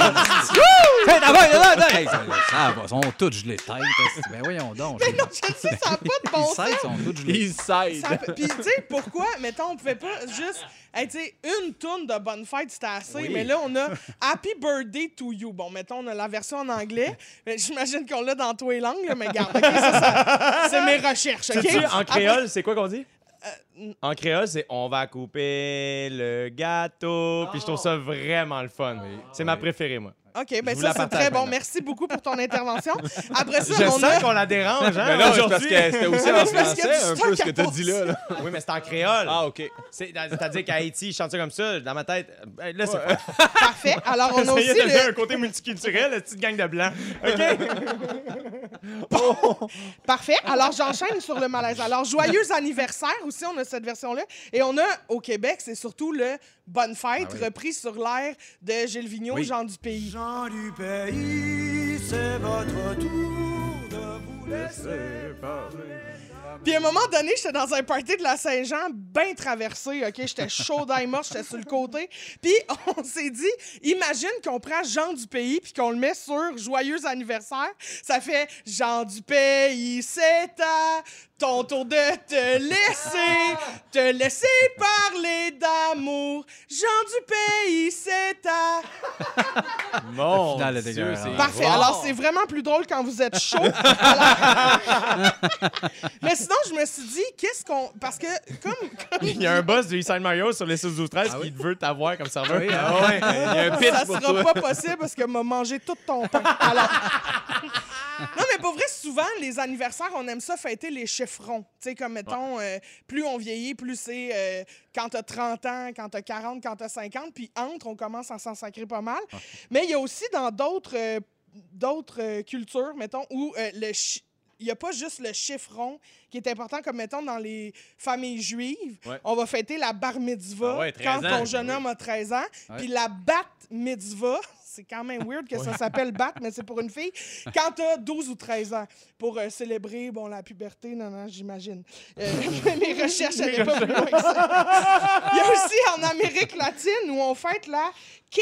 Hey, d'abord, d'abord, d'abord. Hey, ça, ça va, ils sont tous gelés de tête. Ben voyons donc. Mais non, je sais, ça n'a pas de bon Ils sens. s'aident, ils sont tous gelés. Ils s'aident. Ça peut- Puis, tu sais, pourquoi, mettons, on pouvait pas juste. Hey, tu sais, une toune de bonne fête, c'était assez, Oui. mais là, on a Happy Birthday to You. Bon, mettons, on a la version en anglais. Mais j'imagine qu'on l'a dans tous les langues, là, mais garde, OK? Ça, ça- c'est mes recherches, OK? Sais-tu, en Après- créole, c'est quoi qu'on dit? Euh, En créole, c'est on va couper le gâteau. Puis je trouve ça vraiment le fun. C'est ma préférée, moi. OK, Je ben vous ça, la c'est partage très bon. maintenant. Merci beaucoup pour ton intervention. Après ça, Je on sens a... qu'on la dérange, hein, Mais non, c'est parce aujourd'hui. que c'était aussi Mais en c'est parce qu'il y a français, du un stock peu ce que à t'as dit là. là. Oui, mais c'est en créole. Ah, OK. C'est- C'est-à-dire qu'à Haïti, ils chantent ça comme ça. Dans ma tête, ben, là, c'est pas. Parfait. Alors, on a aussi Essayez de faire un le... côté multiculturel, la petite gang de blancs. OK? Parfait. Alors, j'enchaîne sur le malaise. Alors, joyeux anniversaire aussi, on a cette version-là. Et on a, au Québec, c'est surtout le Bonne Fête, Ah oui. repris sur l'air de Gilles Vigneault, Oui. Jean du Pays. Gens du pays, c'est votre tour de vous laisser parler. Puis à un moment donné, j'étais dans un party de la Saint-Jean, bien traversé, OK? J'étais chaud d'ail mort, j'étais sur le côté. Puis on s'est dit, imagine qu'on prend Jean du Pays puis qu'on le met sur Joyeux anniversaire. Ça fait Jean du Pays, c'est à ton tour de te laisser, te laisser parler d'amour. Jean du Pays, c'est à... Mon finale est Dieu, dégueulasse. c'est Parfait. rare. Alors, c'est vraiment plus drôle quand vous êtes chaud. Alors- Mais sinon, je me suis dit, qu'est-ce qu'on... Parce que, comme... comme... Il y a un boss de Inside Mario sur les six douze treize qui veut t'avoir comme serveur. Oui, hein? Ah ouais, il y a un pitch Ça pour sera toi. pas possible parce que m'a mangé tout ton pain. Alors... Non, mais pour vrai, souvent, les anniversaires, on aime ça fêter les chiffrons. Tu sais, comme, mettons, euh, plus on vieillit, plus c'est euh, quand t'as trente ans, quand t'as quarante, quand t'as cinquante, puis entre, on commence à s'en sacrer pas mal. Mais il y a aussi dans d'autres euh, d'autres euh, cultures, mettons, où euh, le chi- il n'y a pas juste le chiffron qui est important, comme mettons dans les familles juives. Ouais. On va fêter la bar mitzvah Ah ouais, treize quand ans. ton jeune homme a treize ans. Ouais. Puis la bat mitzvah, c'est quand même weird que ça s'appelle bat, mais c'est pour une fille, quand tu as douze ou treize ans, pour euh, célébrer bon, la puberté, non, non, j'imagine. Euh, mes recherches n'allaient pas plus loin que ça. Il y a aussi en Amérique latine où on fête la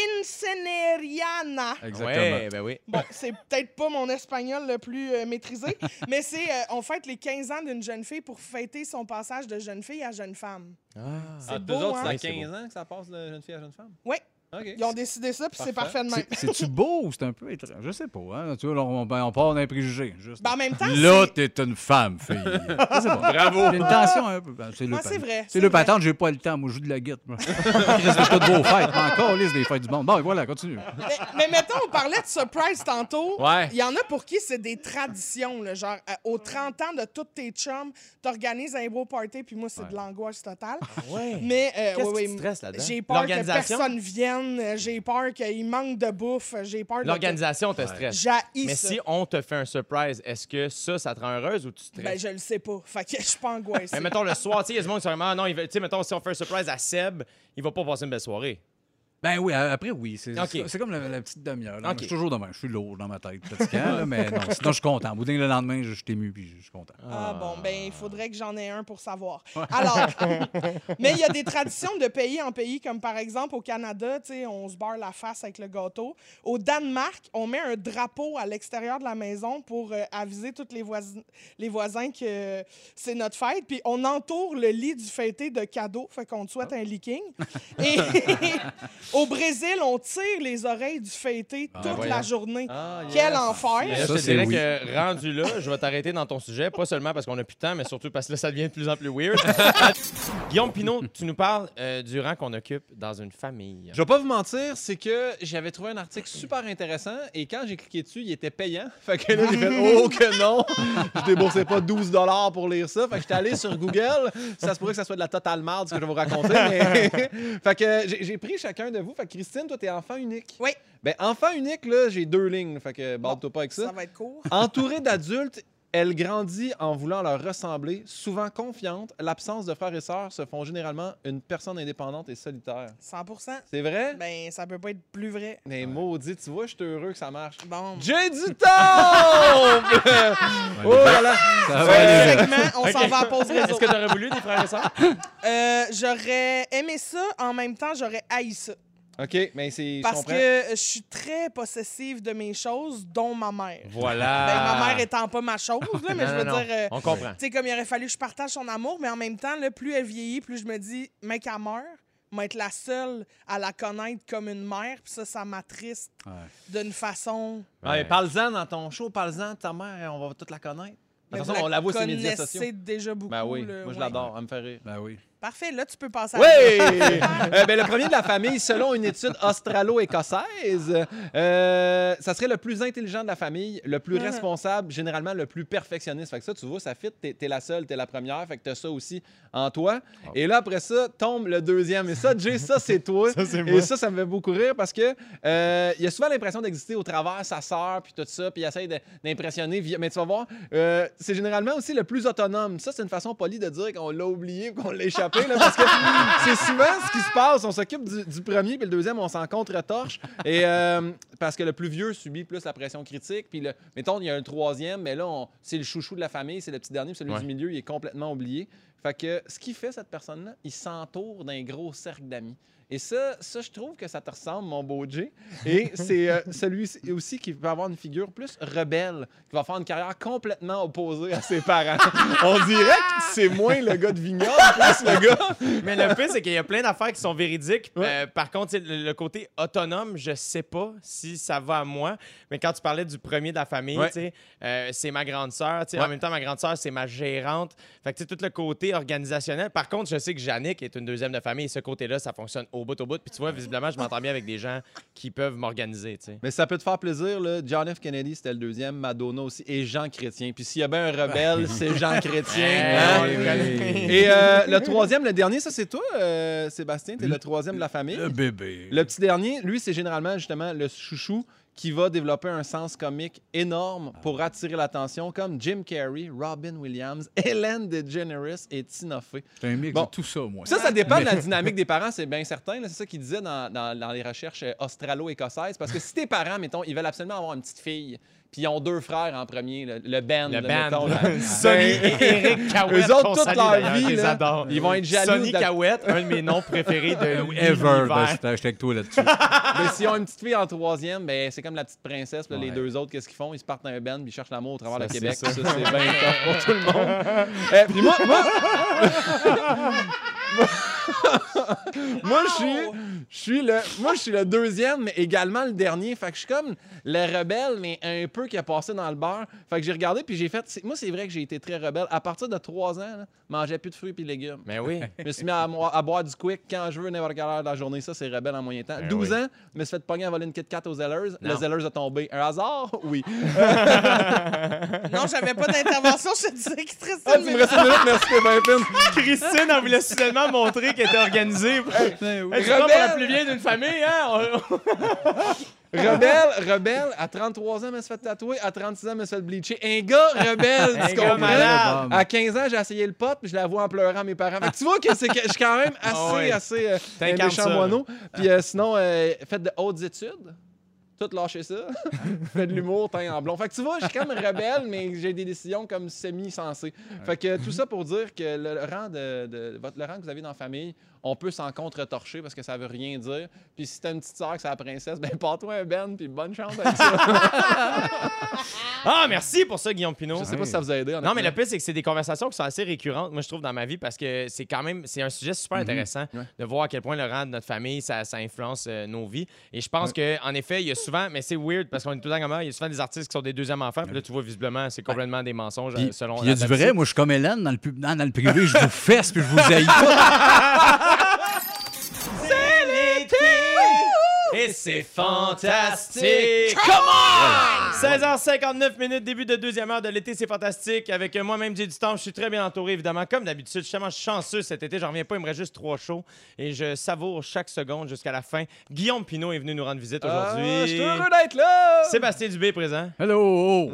quinceañera. Exactement. Ouais, ben oui. Bon, c'est peut-être pas mon espagnol le plus euh, maîtrisé, mais c'est euh, on fête les quinze ans d'une jeune fille pour fêter son passage de jeune fille à jeune femme. Ah. C'est Ah, beau, deux autres, hein? c'est à Ouais, c'est quinze ans que ça passe de jeune fille à jeune femme? Oui, OK. ils ont décidé ça, puis c'est Parfait. parfait de même. C'est- C'est-tu beau ou c'est un peu étrange? Je sais pas. Hein? Tu vois, là, on, ben, on part d'un préjugé. Juste. Ben, en même temps, Là, c'est- t'es une femme, fille. Je sais pas. Bravo. Il y a une tension un peu. Ben, c'est le Ouais, c'est vrai, C'est c'est le vrai. patente, j'ai pas le temps. Moi, je joue de la guitare. moi. Il reste toutes vos fêtes. Pas encore, liste des fêtes du monde. Bon, voilà, continue. Mais, mais mettons, on parlait de surprise tantôt. Ouais. Il y en a pour qui c'est des traditions. Là, genre, euh, aux trente ans de tous tes chums, t'organises un beau party, puis moi, c'est de l'angoisse totale. Ouais. Mais euh, Qu'est-ce ouais, qui ouais, te stresse là-dedans? j'ai peur que L'organisation? personne vienne, euh, j'ai peur qu'il manque de bouffe, j'ai peur de... L'organisation te stresse. J'haïs Mais ça. si on te fait un surprise, est-ce que ça, ça te rend heureuse ou tu stresses? Ben, je le sais pas. Fait que je suis pas angoissée. Mais mettons le soir, tu sais, il y a du monde qui sont vraiment, ah non, il va- tu sais, mettons, si on fait un surprise à Seb, il va pas passer une belle soirée. Ben oui, a- après, oui. C'est Ok. c'est- c'est comme la, la petite demi-heure. là. Ok. Je suis toujours demain. Je suis lourd dans ma tête, fatigant, là, mais non, sinon, je suis content. Au bout d'un le lendemain, je je suis ému puis je suis content. Ah bon, ben il faudrait que j'en ai un pour savoir. Alors, mais il y a des traditions de pays en pays, comme par exemple au Canada, tu sais, on se barre la face avec le gâteau. Au Danemark, on met un drapeau à l'extérieur de la maison pour euh, aviser tous les, voisins, les voisins que c'est notre fête. Puis on entoure le lit du fêté de cadeaux, fait qu'on te souhaite un leaking. Et au Brésil, on tire les oreilles du fêté toute voyons. la journée. Ah, yes. Quel enfer! Mais là, Ça, je te c'est dirais oui. que rendu là, je vais t'arrêter dans ton sujet, pas seulement parce qu'on a plus de temps, mais surtout parce que là, ça devient de plus en plus weird. Guillaume Pinot, tu nous parles euh, du rang qu'on occupe dans une famille. Je vais pas vous mentir, c'est que j'avais trouvé un article super intéressant et quand j'ai cliqué dessus, il était payant. Fait que là, j'ai fait « Oh que non! » Je déboursais pas douze dollars pour lire ça. Fait que j'étais allé sur Google. Ça se pourrait que ça soit de la totale merde, ce que je vais vous raconter. Mais... fait que j'ai j'ai pris chacun de vous. Fait que Christine, toi, t'es enfant unique. Oui. Ben, enfant unique, là, j'ai deux lignes. Fait que barre-toi pas avec ça. Ça va être court. Entourée d'adultes, elle grandit en voulant leur ressembler, souvent confiante. L'absence de frères et sœurs se font généralement une personne indépendante et solitaire. cent pour cent. C'est vrai? Ben, ça peut pas être plus vrai. Mais maudit, tu vois, je suis heureux que ça marche. Bon. J'ai du temps! Oh là là! Ça va Fin aller de vite. segment, on s'en va à pause réseau. Est-ce que tu aurais voulu des frères et sœurs? Euh, j'aurais aimé ça, en même temps, j'aurais haï ça. OK, mais c'est... je Parce comprends. que je suis très possessive de mes choses, dont ma mère. Voilà. Ben, ma mère étant pas ma chose, là, mais Non, je veux non, non. dire... euh, On comprend. tu sais, comme il aurait fallu que je partage son amour, mais en même temps, là, plus elle vieillit, plus je me dis, mec, elle meurt, moi, être la seule à la connaître comme une mère, puis ça, ça m'attriste Ouais. d'une façon... Ouais, parle-en dans ton show, parle-en de ta mère, on va toute la connaître. De Mais toute vous façon, on la voit sur les médias connaissez sociaux. déjà beaucoup. Ben oui, là, moi je ouais. l'adore, elle me fait rire. Ben oui. Parfait, là, tu peux passer à... Oui! Euh, ben, le premier de la famille, selon une étude australo-écossaise, euh, ça serait le plus intelligent de la famille, le plus Mhm. responsable, généralement le plus perfectionniste. Fait que ça, tu vois, ça fit, t'es, t'es la seule, t'es la première, fait que t'as ça aussi en toi. Et là, après ça, tombe le deuxième. Et ça, Jay, ça, c'est toi. Ça, c'est Et moi. ça, ça me fait beaucoup rire parce que euh, il a souvent l'impression d'exister au travers sa sœur, puis tout ça, puis il essaie de- d'impressionner. via- Mais tu vas voir, euh, c'est généralement aussi le plus autonome. Ça, c'est une façon polie de dire qu'on l'a oublié ou qu'on l'a échappé. développer, là, parce que c'est souvent ce qui se passe. On s'occupe du, du premier, puis le deuxième, on s'en contre-torche. Et euh, parce que le plus vieux subit plus la pression critique. Puis, le, mettons, il y a un troisième, mais là, on, c'est le chouchou de la famille, c'est le petit dernier, puis celui Ouais. du milieu, il est complètement oublié. Fait que ce qu'il fait, cette personne-là, il s'entoure d'un gros cercle d'amis. Et ça, ça, je trouve que ça te ressemble, mon beau Jay. Et c'est euh, celui aussi qui peut avoir une figure plus rebelle, qui va faire une carrière complètement opposée à ses parents. On dirait que c'est moins le gars de Vignoble, plus le gars. Mais le pire, c'est qu'il y a plein d'affaires qui sont véridiques. Ouais. Euh, par contre, tu sais, le, le côté autonome, je sais pas si ça va à moi. Mais quand tu parlais du premier de la famille, Ouais. tu sais, euh, c'est ma grande sœur. tu sais, Ouais. En même temps, ma grande sœur, c'est ma gérante. Fait que tu sais, tout le côté organisationnel. Par contre, je sais que Jannick est une deuxième de famille. Et ce côté-là, ça fonctionne au bout, au bout. Puis tu vois, visiblement, je m'entends bien avec des gens qui peuvent m'organiser. tu sais. Mais ça peut te faire plaisir, là. John F. Kennedy, c'était le deuxième, Madonna aussi, et Jean Chrétien. Puis s'il y a bien un rebelle, c'est Jean Chrétien. Hey, hein? on les connaît. Et euh, le troisième, le dernier, ça c'est toi, euh, Sébastien, t'es le troisième de la famille. Le bébé. Le petit dernier, lui, c'est généralement justement le chouchou qui va développer un sens comique énorme pour attirer l'attention, comme Jim Carrey, Robin Williams, Ellen DeGeneres et Tina Fey. C'est un mix Bon. de tout ça, moi. Ça, ça dépend de la dynamique des parents, c'est bien certain. là. C'est ça qu'il disait dans, dans- dans les recherches euh, australo-écossaises. Parce que si tes parents, mettons, ils veulent absolument avoir une petite fille, puis ils ont deux frères en premier, le, le Ben, Le là, band. mettons, là. Sonny et Eric Cahouette. Eux autres, qu'on toute salue leur d'ailleurs, vie, je les là, adore. ils vont être jaloux Sonny de la- Cahouette, un de mes noms préférés de Ever. Ben, l'univers. j'étais j'étais avec toi là-dessus. Mais s'ils ont une petite fille en troisième, ben, c'est comme la petite princesse. puis là, Les Ouais. deux autres, qu'est-ce qu'ils font? Ils se partent dans un band puis ils cherchent l'amour au travers Ça, le c'est Québec. ça. Ça, c'est bien top pour tout le monde. Eh, puis moi, moi, moi, je suis, je suis le, moi, je suis le deuxième, mais également le dernier. Fait que je suis comme le rebelle, mais un peu qui a passé dans le beurre. Fait que j'ai regardé puis j'ai fait. c'est- Moi, c'est vrai que j'ai été très rebelle. À partir de trois ans, là, je mangeais plus de fruits et de légumes. Mais oui. Je me suis mis à, mo- à boire du quick quand je veux, n'importe quelle heure de la journée. Ça, c'est rebelle en moyen temps. Ben douze oui. ans, je me suis fait pogner à voler une Kit Kat aux Zellers. Le Non. Zellers a tombé. Un hasard? Oui. Non, j'avais pas d'intervention, je te disais qu'il te restait Ah, une tu me minute. restes une minute, merci, t'es bien fine. Christine, elle voulait soudainement montrer qu'elle était organisée. Hey, tu Rebelle. vois, pour la plus vieille d'une famille, hein? on- Rebelle, rebelle, à trente-trois ans, elle me fait tatouer. À trente-six ans, elle me fait bleacher. Un gars rebelle, Un tu gars comprends? malade. À quinze ans, j'ai essayé le pot, puis je la vois en pleurant à mes parents. Fait que tu vois que, c'est que je suis quand même assez, Ah ouais. assez euh, un T'incarnes méchant ça, là. moineau. Puis euh, sinon, euh, faites de hautes études. Tout lâcher ça. Fais de l'humour, teint en blond. Fait que tu vois, je suis comme rebelle, mais j'ai des décisions comme semi-sensées. Fait que tout ça pour dire que le rang de, de- votre, le rang que vous avez dans la famille, on peut s'en contre-torcher parce que ça veut rien dire. Puis si t'as une petite sœur que c'est la princesse, ben pars-toi un Ben, puis bonne chance avec ça. Ah, merci pour ça, Guillaume Pinot. Je sais pas si ça vous a aidé. Non, mais le honnêtement. pire, c'est que c'est des conversations qui sont assez récurrentes, moi, je trouve, dans ma vie, parce que c'est quand même, c'est un sujet super intéressant Ouais. de voir à quel point le rang de notre famille, ça, ça influence euh, nos vies. Et je pense que en effet, il y a souvent, mais c'est weird, parce qu'on est tout le temps comme ça, il y a souvent des artistes qui sont des deuxièmes enfants, puis là, tu vois, visiblement, c'est complètement des mensonges Puis, euh, selon puis il y a la du vrai. statistique. Moi, je suis comme Hélène dans le, pub- dans, dans le privé. Je vous fesse puis je vous haïs pas. C'est l'été et c'est fantastique. Come on! seize heures cinquante-neuf minutes, début de deuxième heure de l'été, c'est fantastique. Avec euh, moi-même, Jay du temps, je suis très bien entouré, évidemment. Comme d'habitude, je suis tellement chanceux cet été, j'en reviens pas, il me reste juste trois shows et je savoure chaque seconde jusqu'à la fin. Guillaume Pinot est venu nous rendre visite aujourd'hui. Ah, je suis heureux d'être là! Sébastien Dubé est présent. Hello!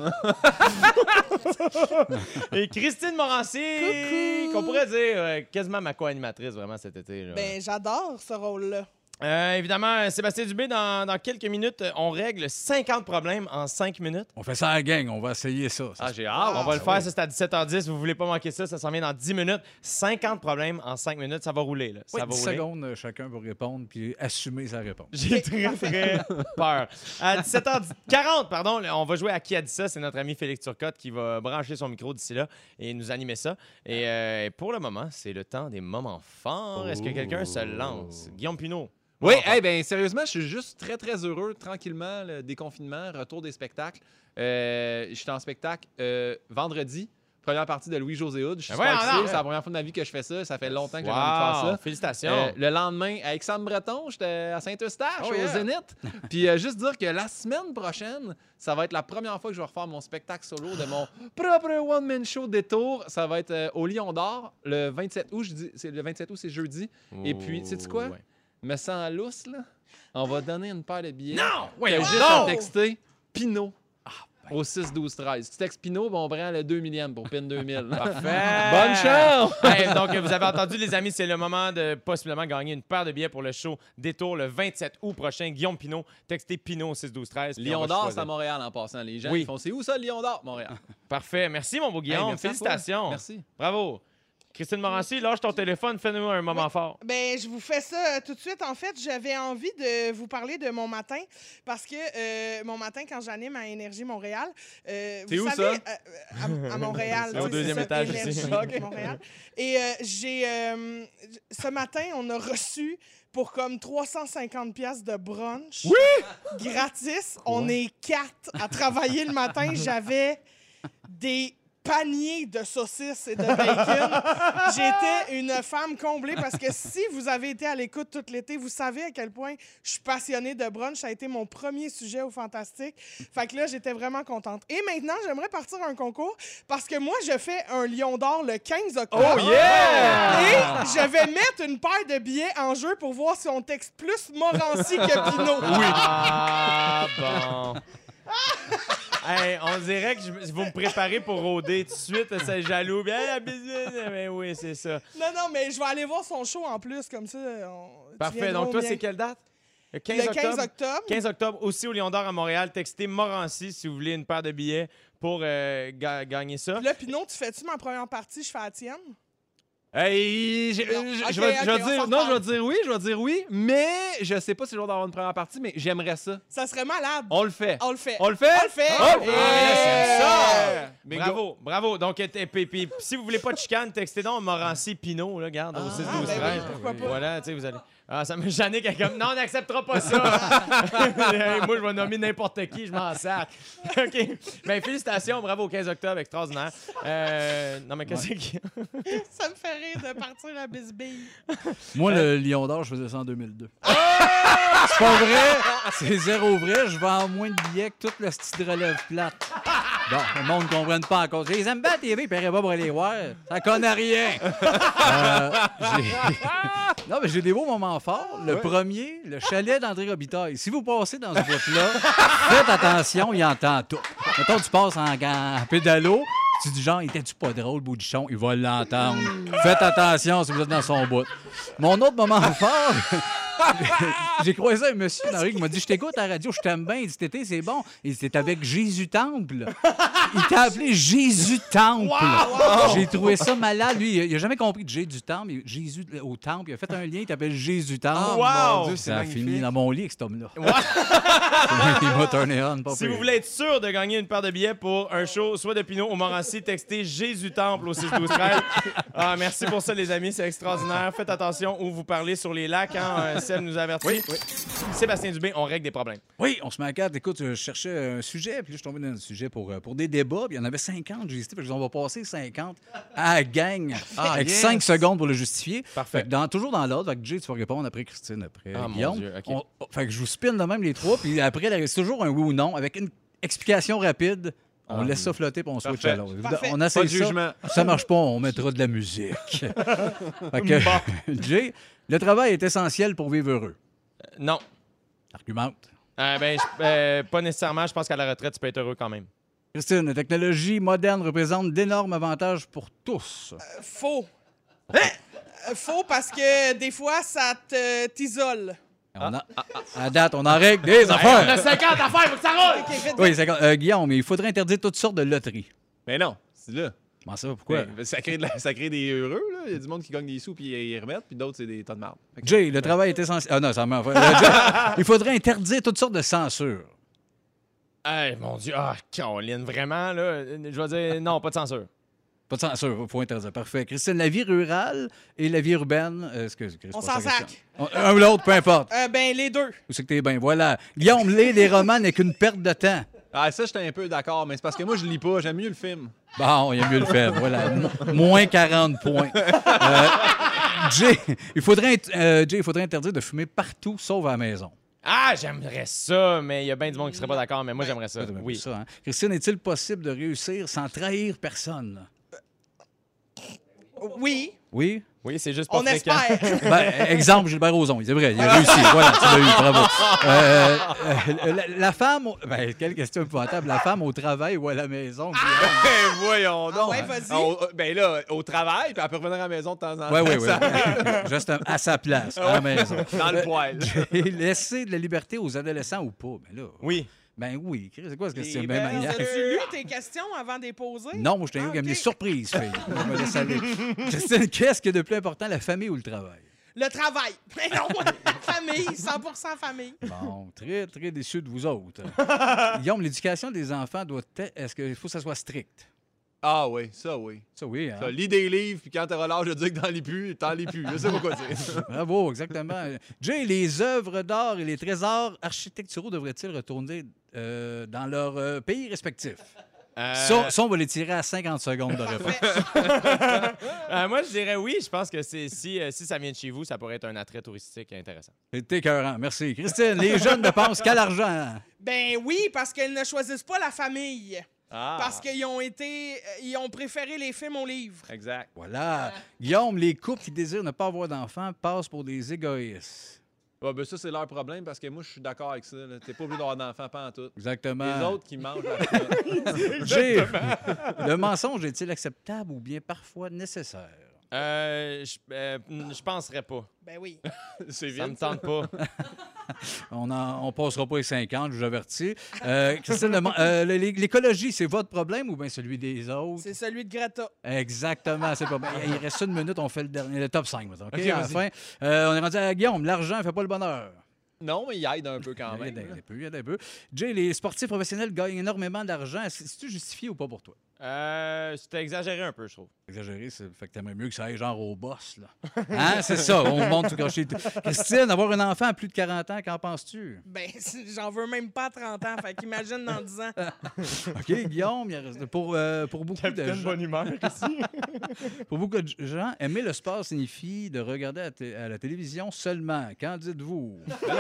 Et Christine Morancy, qu'on pourrait dire euh, quasiment ma co-animatrice vraiment cet été. là. Ben, j'adore ce rôle-là. Euh, évidemment, Sébastien Dubé, dans, dans quelques minutes, on règle cinquante problèmes en cinq minutes. On fait ça à la gang. On va essayer ça. Ça Ah, se- j'ai hâte. On va le faire, ça c'est à dix-sept heures dix. Vous voulez pas manquer ça, ça s'en vient dans dix minutes. cinquante problèmes en cinq minutes, ça va rouler. Là. Ça Oui, va dix rouler. secondes, euh, chacun pour répondre puis assumer sa réponse. J'ai très, très peur. À dix-sept heures quarante, pardon, on va jouer à Qui a dit ça? C'est notre ami Félix Turcotte qui va brancher son micro d'ici là et nous animer ça. Et euh, pour le moment, c'est le temps des moments forts. Est-ce que quelqu'un se lance? Guillaume Pinot. Oui, Moment fort. hey, ben sérieusement, je suis juste très, très heureux. Tranquillement, le déconfinement, retour des spectacles. Euh, J'étais en spectacle euh, vendredi, première partie de Louis-José Hood. Je suis Ben super voyons excité. donc. C'est la première fois de ma vie que je fais ça. Ça fait longtemps que j'ai envie de faire Wow, ça. félicitations. Euh, le lendemain, avec Sam Breton, j'étais à Saint-Eustache, Oh, au yeah. Zénith. Puis euh, juste dire que la semaine prochaine, ça va être la première fois que je vais refaire mon spectacle solo de mon propre one-man show Détour. Ça va être euh, au Lion d'Or le vingt-sept août. Je dis, c'est le vingt-sept août, c'est jeudi. Et puis, sais-tu quoi? Ouais. Me sens lousse, là. On va donner une paire de billets. Non! T'as Voyons juste donc! à texter Pinot. au six douze treize. Tu textes Pinot, ben on prend le deux millième pour Pin deux mille. Parfait. Bonne chance! Hey, donc, vous avez entendu, les amis, c'est le moment de possiblement gagner une paire de billets pour le show Détour le vingt-sept août prochain. Guillaume Pinot, textez Pinot au six douze treize. puis on Lion va d'Or, choisir. c'est à Montréal en passant. Les gens Oui. ils font c'est où ça, Lion d'Or? Montréal. Parfait. Merci, mon beau Guillaume. Hey, merci à toi. Félicitations. Merci. Bravo. Christine Morancy, lâche ton téléphone, fais-nous un moment fort. Ben, je vous fais ça euh, tout de suite. En fait, j'avais envie de vous parler de mon matin parce que euh, mon matin, quand j'anime à Énergie Montréal, euh, C'est vous où, savez, ça? euh, à, à Montréal. C'est au tu sais, deuxième ça, étage Énergie ici. Ok. Montréal. Et euh, j'ai euh, ce matin, on a reçu pour comme trois cent cinquante pièces de brunch. Oui! Gratis. On est quatre à travailler le matin. J'avais des panier de saucisses et de bacon. J'étais une femme comblée parce que si vous avez été à l'écoute tout l'été, vous savez à quel point je suis passionnée de brunch. Ça a été mon premier sujet au Fantastique. Fait que là, j'étais vraiment contente. Et maintenant, j'aimerais partir un concours parce que moi, je fais un Lion d'Or le quinze octobre. Oh yeah! Et je vais mettre une paire de billets en jeu pour voir si on texte plus Morancy que Pinot. Oui. Ah, bon. Hey, on dirait que je, vous me préparez pour rôder tout de suite. C'est jaloux. Bien, la business. Mais oui, c'est ça. Non, non, mais je vais aller voir son show en plus, comme ça. On... tu Parfait. viendras Donc, au toi, mien. c'est quelle date? Le quinze Le octobre. quinze octobre. quinze octobre, aussi au Lion d'Or à Montréal. Textez Morancy si vous voulez une paire de billets pour euh, ga- gagner ça. Puis là, Pinot, tu fais-tu ma première partie, je fais la tienne? Hey, j'ai- Non. je- Ok, je vais, je vais ok, on dire s'en non, je vais reparle. dire oui, je vais dire oui, mais je sais pas si je vais avoir une première partie, mais j'aimerais ça. Ça serait malade. On le fait. On le fait. On le fait? On le fait. Oh! Ah, là, c'est ça! Bingo. Bravo, bravo. Donc, euh, t- puis- puis, si vous voulez pas de chicane, textez donc Morancy Pinot, là, regarde, au six douze ben treize. oui, pourquoi pas. Voilà, tu sais, vous allez... Ah, ça me Jannick est comme, non, on n'acceptera pas ça. Hey, moi, je vais nommer n'importe qui, je m'en sac. OK. Ben, félicitations, bravo au quinze octobre, extraordinaire. Euh, non, mais qu'est-ce qu'il y a? Ça me fait rire de partir la bisbille. Moi, le Lion d'Or, je faisais ça en deux mille deux. C'est pas vrai! C'est zéro vrai. Je vends moins de billets que toute la petite relève plate. Bon, le monde ne comprenne pas encore. Je les aime bien à T V, ils paieraient pas pour aller voir. Ça connaît rien. Euh, j'ai- non, mais j'ai des beaux moments forts. Le premier, le chalet d'André Robitaille. Si vous passez dans ce bout-là, faites attention, il entend tout. Mettons, tu passes en, en pédalo, tu dis genre, il était-tu pas drôle, Boudichon? Il va l'entendre. Faites attention si vous êtes dans son bout. Mon autre moment fort... J'ai croisé un monsieur dans la rue qui m'a dit « Je t'écoute à la radio, je t'aime bien. » Il dit « Cet été, c'est bon. » Il dit « C'était avec Jésus Temple. » Il t'a appelé Jésus Temple. J'ai trouvé ça malade. Lui, il a jamais compris de Jésus Temple. Il- Jésus au Temple. Il a fait un lien, il t'appelle Jésus Temple. Oh, wow! Mon Dieu, c'est Ça a magnifique. fini dans mon lit avec cet homme-là. Il m'a tourné on, pas Si pire. vous voulez être sûr de gagner une paire de billets pour un show, soit de Pinot ou Morancy, textez Jésus Temple au six douze treize. Ah, merci pour ça, les amis. C'est extraordinaire. Faites attention où vous parlez sur les lacs. Hein. Euh, Seb nous avertit. Sébastien Dubé, on règle des problèmes. Oui, on se met à quatre. Écoute, je cherchais un sujet, puis là, je suis tombé dans un sujet pour, euh, pour des débats, puis il y en avait cinquante, j'ai hésité, puis on va passer cinquante à la gang, avec yes. cinq secondes pour le justifier. Parfait. Fait que dans, toujours dans l'ordre, fait que Jay, tu vas répondre après Christine, après Ah, mon Guillaume. Dieu, OK. On- oh, fait que je vous spin de même les trois, puis après, là, c'est toujours un oui ou non, avec une explication rapide. On laisse ça flotter, puis on switch Parfait. à l'autre. Parfait. On Pas essaie de ça. jugement. Si ça marche pas, on mettra de la musique. Fait que, Jay, le travail est essentiel pour vivre heureux. Non. Argumente. Euh, ben, je- euh, pas nécessairement. Je pense qu'à la retraite, tu peux être heureux quand même. Christine, la technologie moderne représente d'énormes avantages pour tous. Faux. Euh, Faux parce que des fois, ça te t'isole. On a, à date, on en règle des affaires. cinquante affaires, faut que ça roule! OK, vite, Oui, c'est euh, Guillaume, il faudrait interdire toutes sortes de loteries. Mais non, c'est là. Comment ça? Pourquoi? Ben, ça, crée de la- ça crée des heureux, là. Il y a du monde qui gagne des sous puis ils remettent, puis d'autres, c'est des tas de marde. Fait que- Jay, le travail est essentiel. Ah non, ça m'a fait. Euh, Jay, il faudrait interdire toutes sortes de censure. Hey, mon Dieu. Ah, Caroline, vraiment, là. Je vais dire non, pas de censure. Pas de censure, il faut interdire. Parfait. Christine, la vie rurale et la vie urbaine. euh, excuse, Chris, On pas s'en sa question. sac. On- Un ou l'autre, peu importe. Euh, ben, les deux. Où c'est que t'es bien? Voilà. Guillaume, lire des romans n'est qu'une perte de temps. Ah, ça, j'étais un peu d'accord, mais c'est parce que moi, je lis pas. J'aime mieux le film. Bon, il y a mieux le faire. Voilà. Mo- moins quarante points. Euh, Jay, il faudrait, int- euh, Jay, il faudrait interdire de fumer partout sauf à la maison. Ah, j'aimerais ça, mais il y a bien du monde qui serait pas d'accord, mais moi, j'aimerais ça. Ouais, t'as bien Oui. vu ça, hein? Christine, est-il possible de réussir sans trahir personne? Oui. Oui? Oui, c'est juste pas On fréquent. espère. Ben, exemple, Gilbert Rozon, c'est vrai, il a réussi. Voilà, tu l'as eu, bravo. Euh, euh, la, la femme, au- ben, quelle question épouvantable, la femme au travail ou à la maison? Guillaume? Ben, voyons donc. Ah ouais, vas-y. Au- ben là, au travail, puis elle peut revenir à la maison de temps en temps. Oui, oui, oui. Ça- Juste à sa place, à la maison. Dans le Euh, poêle. Laisser de la liberté aux adolescents ou pas? Ben là, Oui. ben oui. C'est quoi ce que Les c'est bien belles maniaque? As-tu lu tes questions avant de les poser? Non, moi, je t'ai Ah, eu comme des ok. surprises, fille. Je me laisse aller. Christine, qu'est-ce qui est de plus important, la famille ou le travail? Le travail. Mais non, famille, cent pour cent famille. Bon, très, très déçu de vous autres. Guillaume, l'éducation des enfants doit être... Est-ce qu'il faut que ça soit strict? Ah oui, ça oui. Ça, oui, hein? Ça, lis des livres, puis quand t'auras l'âge de dire que t'en lis plus, t'en lis plus. Je sais pas quoi dire. Bravo, exactement. Jay, les œuvres d'art et les trésors architecturaux devraient-ils retourner euh, dans leur euh, pays respectifs? Euh, Ça, ça, on va les tirer à cinquante secondes de réponse. euh, moi, je dirais oui. Je pense que c'est si, euh, si ça vient de chez vous, ça pourrait être un attrait touristique intéressant. C'est écœurant. Merci. Christine, les jeunes ne pensent qu'à l'argent. Ben oui, parce qu'ils ne choisissent pas la famille. Ah, Parce qu'ils ont été. euh, Ils ont préféré les films aux livres. exact. Voilà. Guillaume, les couples qui désirent ne pas avoir d'enfants passent pour des égoïstes. Ouais, ben ça, c'est leur problème parce que moi, je suis d'accord avec ça. là. T'es pas obligé d'avoir d'enfants, pas en tout. Exactement. Les autres qui mangent la flotte. Jay, le mensonge est-il acceptable ou bien parfois nécessaire? Euh, je euh, je penserais pas. Ben oui. C'est Ça me vite. tente pas. On ne passera pas les cinquante, je vous avertis. Euh, Christine, le men- euh, l'é- l'écologie, c'est votre problème ou bien celui des autres? C'est celui de Greta. Exactement, c'est pas bien. Il reste une minute, on fait le, dernier, le top cinq. Maintenant, OK, OK, à la vas-y. fin. Euh, on est rendu à Guillaume. L'argent ne fait pas le bonheur. Non, mais il aide un peu quand Il y a même. des- là. un peu, il y a des peu. Jay, les sportifs professionnels gagnent énormément d'argent. Est-ce c'est-tu justifié ou pas pour toi? Euh, C'était exagéré un peu, je trouve. Exagéré, c'est fait que t'aimerais mieux que ça aille genre au boss, là. Hein? C'est ça, on monte tout caché. Christine, avoir un enfant à plus de quarante ans, qu'en penses-tu? Ben, j'en veux même pas à trente ans. Fait qu'imagine dans dix ans. OK, Guillaume, il reste- pour, euh, pour beaucoup de gens... humeur ici. Pour beaucoup de gens, aimer le sport signifie de regarder à, la té- à la télévision seulement. Qu'en dites-vous?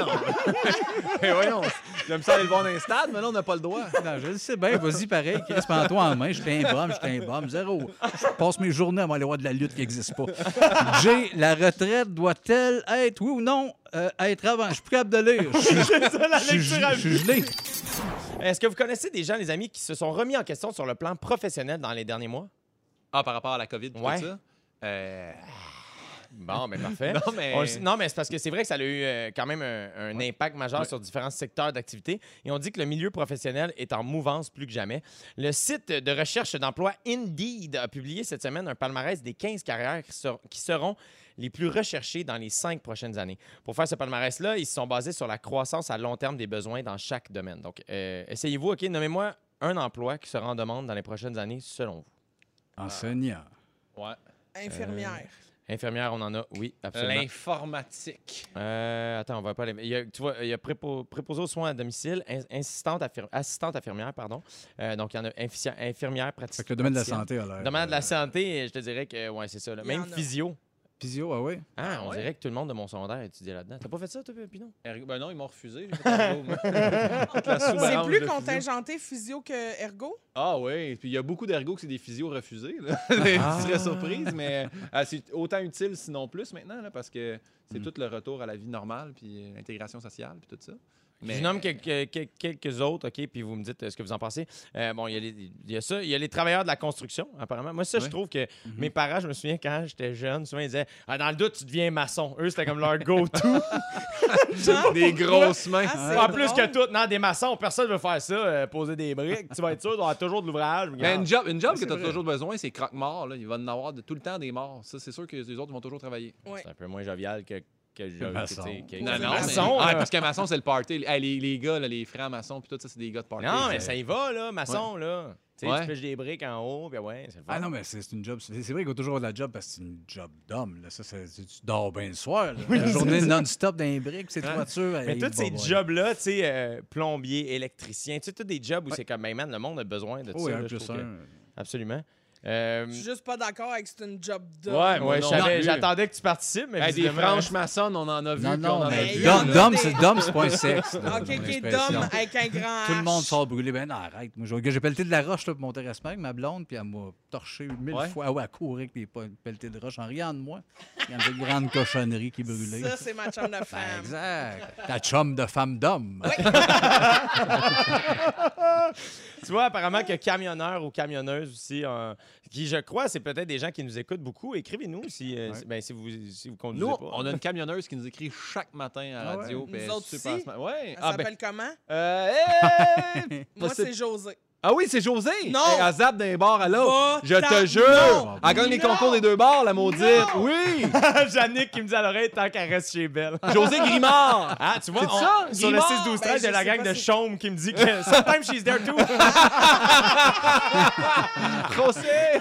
Mais voyons, j'aime ça aller le voir dans les stades, mais là, on n'a pas le droit. Non, je le sais bien, vas-y pareil, Chris, prends-toi en main, je suis un bum, je suis un bum, zéro. Je passe mes journées à aller voir de la lutte qui n'existe pas. Jay, la retraite doit-elle être, oui ou non, euh, être avant? Je suis plus capable de lire. Je suis- la je suis- lecture à je suis gelé. Est-ce que vous connaissez des gens, les amis, qui se sont remis en question sur le plan professionnel dans les derniers mois? Ah, par rapport à la COVID et Ouais. tout ça? Euh... Bon, mais parfait. Non, mais... On le sait- non, mais c'est parce que c'est vrai que ça a eu euh, quand même un, un impact majeur Ouais. sur différents secteurs d'activité. Et on dit que le milieu professionnel est en mouvance plus que jamais. Le site de recherche d'emploi Indeed a publié cette semaine un palmarès des quinze carrières qui, ser- qui seront les plus recherchées dans les cinq prochaines années. Pour faire ce palmarès-là, ils se sont basés sur la croissance à long terme des besoins dans chaque domaine. Donc, euh, essayez-vous, OK, nommez-moi un emploi qui sera en demande dans les prochaines années selon vous. Enseignant. Ouais. Infirmière. Infirmière, on en a, oui, absolument. L'informatique. Euh, attends, on va pas aller. Il y a, tu vois, il y a prépo- préposé aux soins à domicile, in- insistante affir- assistante infirmière, pardon. Euh, donc, il y en a infici- infirmière, Fait praticienne. que le domaine de la santé a l'air. Le domaine de la euh, santé, je te dirais que, ouais, c'est ça. là. Il y Même en a. physio. Physio, ah oui? Ah, on ouais? dirait que tout le monde de mon secondaire étudiait là-dedans. T'as pas fait ça, toi, Pinot? Ergo- Ben non, ils m'ont refusé. J'ai fait ergo, moi. Toute la C'est sous-branche plus de physio. contingenté physio que ergo? Ah oui, puis il y a beaucoup d'ergo que c'est des physios refusés. Là. Tu serais surprise, mais euh, c'est autant utile, sinon plus maintenant, là, parce que c'est Mm. tout le retour à la vie normale, puis euh, l'intégration sociale, puis tout ça. Je nomme quelques, quelques- quelques autres, OK, puis vous me dites euh, ce que vous en pensez. Euh, bon, il y, a les- il y a ça. Il y a les travailleurs de la construction, apparemment. Moi, ça, je Ouais. trouve que mes parents, je me souviens, quand j'étais jeune, souvent, ils disaient ah, dans le doute, tu deviens maçon. Eux, c'était comme leur go-to. Des grosses mains. Ah, c'est En plus drôle. que tout, non, des maçons, personne ne veut faire ça, euh, poser des briques. Tu vas être sûr d'avoir toujours de l'ouvrage. Mais regarde. une job, une job que c'est tu as vrai. toujours besoin, c'est croque-mort. là. Il va en avoir de, tout le temps des morts. Ça, c'est sûr que les autres vont toujours travailler. Ouais. C'est un peu moins jovial que, que, je- maçon. tu sais, que- Non, que non, maçon. mais... Ah, là. parce qu'un maçon, c'est le party. Hey, les, les gars, là, les frères maçons, puis tout ça, c'est des gars de party. Non, mais C'est- ça y va, là, maçon, là. Tu sais, Ouais. tu pêches des briques en haut, puis ouais, c'est le fun. Ah non, mais c'est c'est une job. C'est c'est vrai qu'il y a toujours de la job parce que c'est une job d'homme. Là. Ça, c'est- c'est- tu dors bien le soir. là. la journée non-stop dans les briques, c'est toiture. Mais hey, tous ces bah, bah. jobs-là, tu sais, euh, plombier, électricien, tu sais, tous des jobs où c'est comme, ben, man, le monde a besoin de tout Oh, oui, ça. un là, je plus trouve que- un. Absolument. Euh, Je suis juste pas d'accord avec c'est une job d'homme. Ouais, ouais, non, je savais- non. j'attendais que tu participes, mais Hey, des visiblement, franches maçonnes, on en a vu. Non, puis on non, en a mais il vu. y en a Dom, des- Dom, c'est Dom, c'est pas un sexe. là, OK, comme OK, expression. d'homme avec un grand Tout le monde H. sort brûlé. Ben non, arrête. Moi, j'ai j'ai pelleté de la roche là, pour monter respect avec ma blonde, puis elle m'a torché mille Ouais. fois. Ah ouais, à courir avec des pe- pelletés de roche en riant de moi. Il y a une grande cochonnerie qui brûlait. Ça, c'est ma chum de Ben, femme. exact. Ta chum de femme d'homme. Tu vois, apparemment que camionneur ou camionneuse aussi, euh, qui je crois, c'est peut-être des gens qui nous écoutent beaucoup. Écrivez-nous si, euh, Ouais. si- ben, si vous si vous conduisez Nous, pas. on a une camionneuse qui nous écrit chaque matin à la Ah ouais? radio. Nous puis elle est autres super aussi? smart. Ouais. Elle Ah, ben, s'appelle comment? euh, hey! Moi, Possible- c'est José. Ah oui, c'est José! Non! Hey, elle zappe d'un bar à l'autre. Va Je ta- te jure! Non! Elle gagne les Non! concours des deux bars, la maudite! Non! Oui! Jannick qui me dit à l'oreille tant qu'elle reste chez Belle. José Grimard! Ah, tu vois, C'est on- ça, sur le Grimard? six douze Ben, treize, il y a je la sais gang pas de si- Chaume qui me dit que sometimes she's there too. José!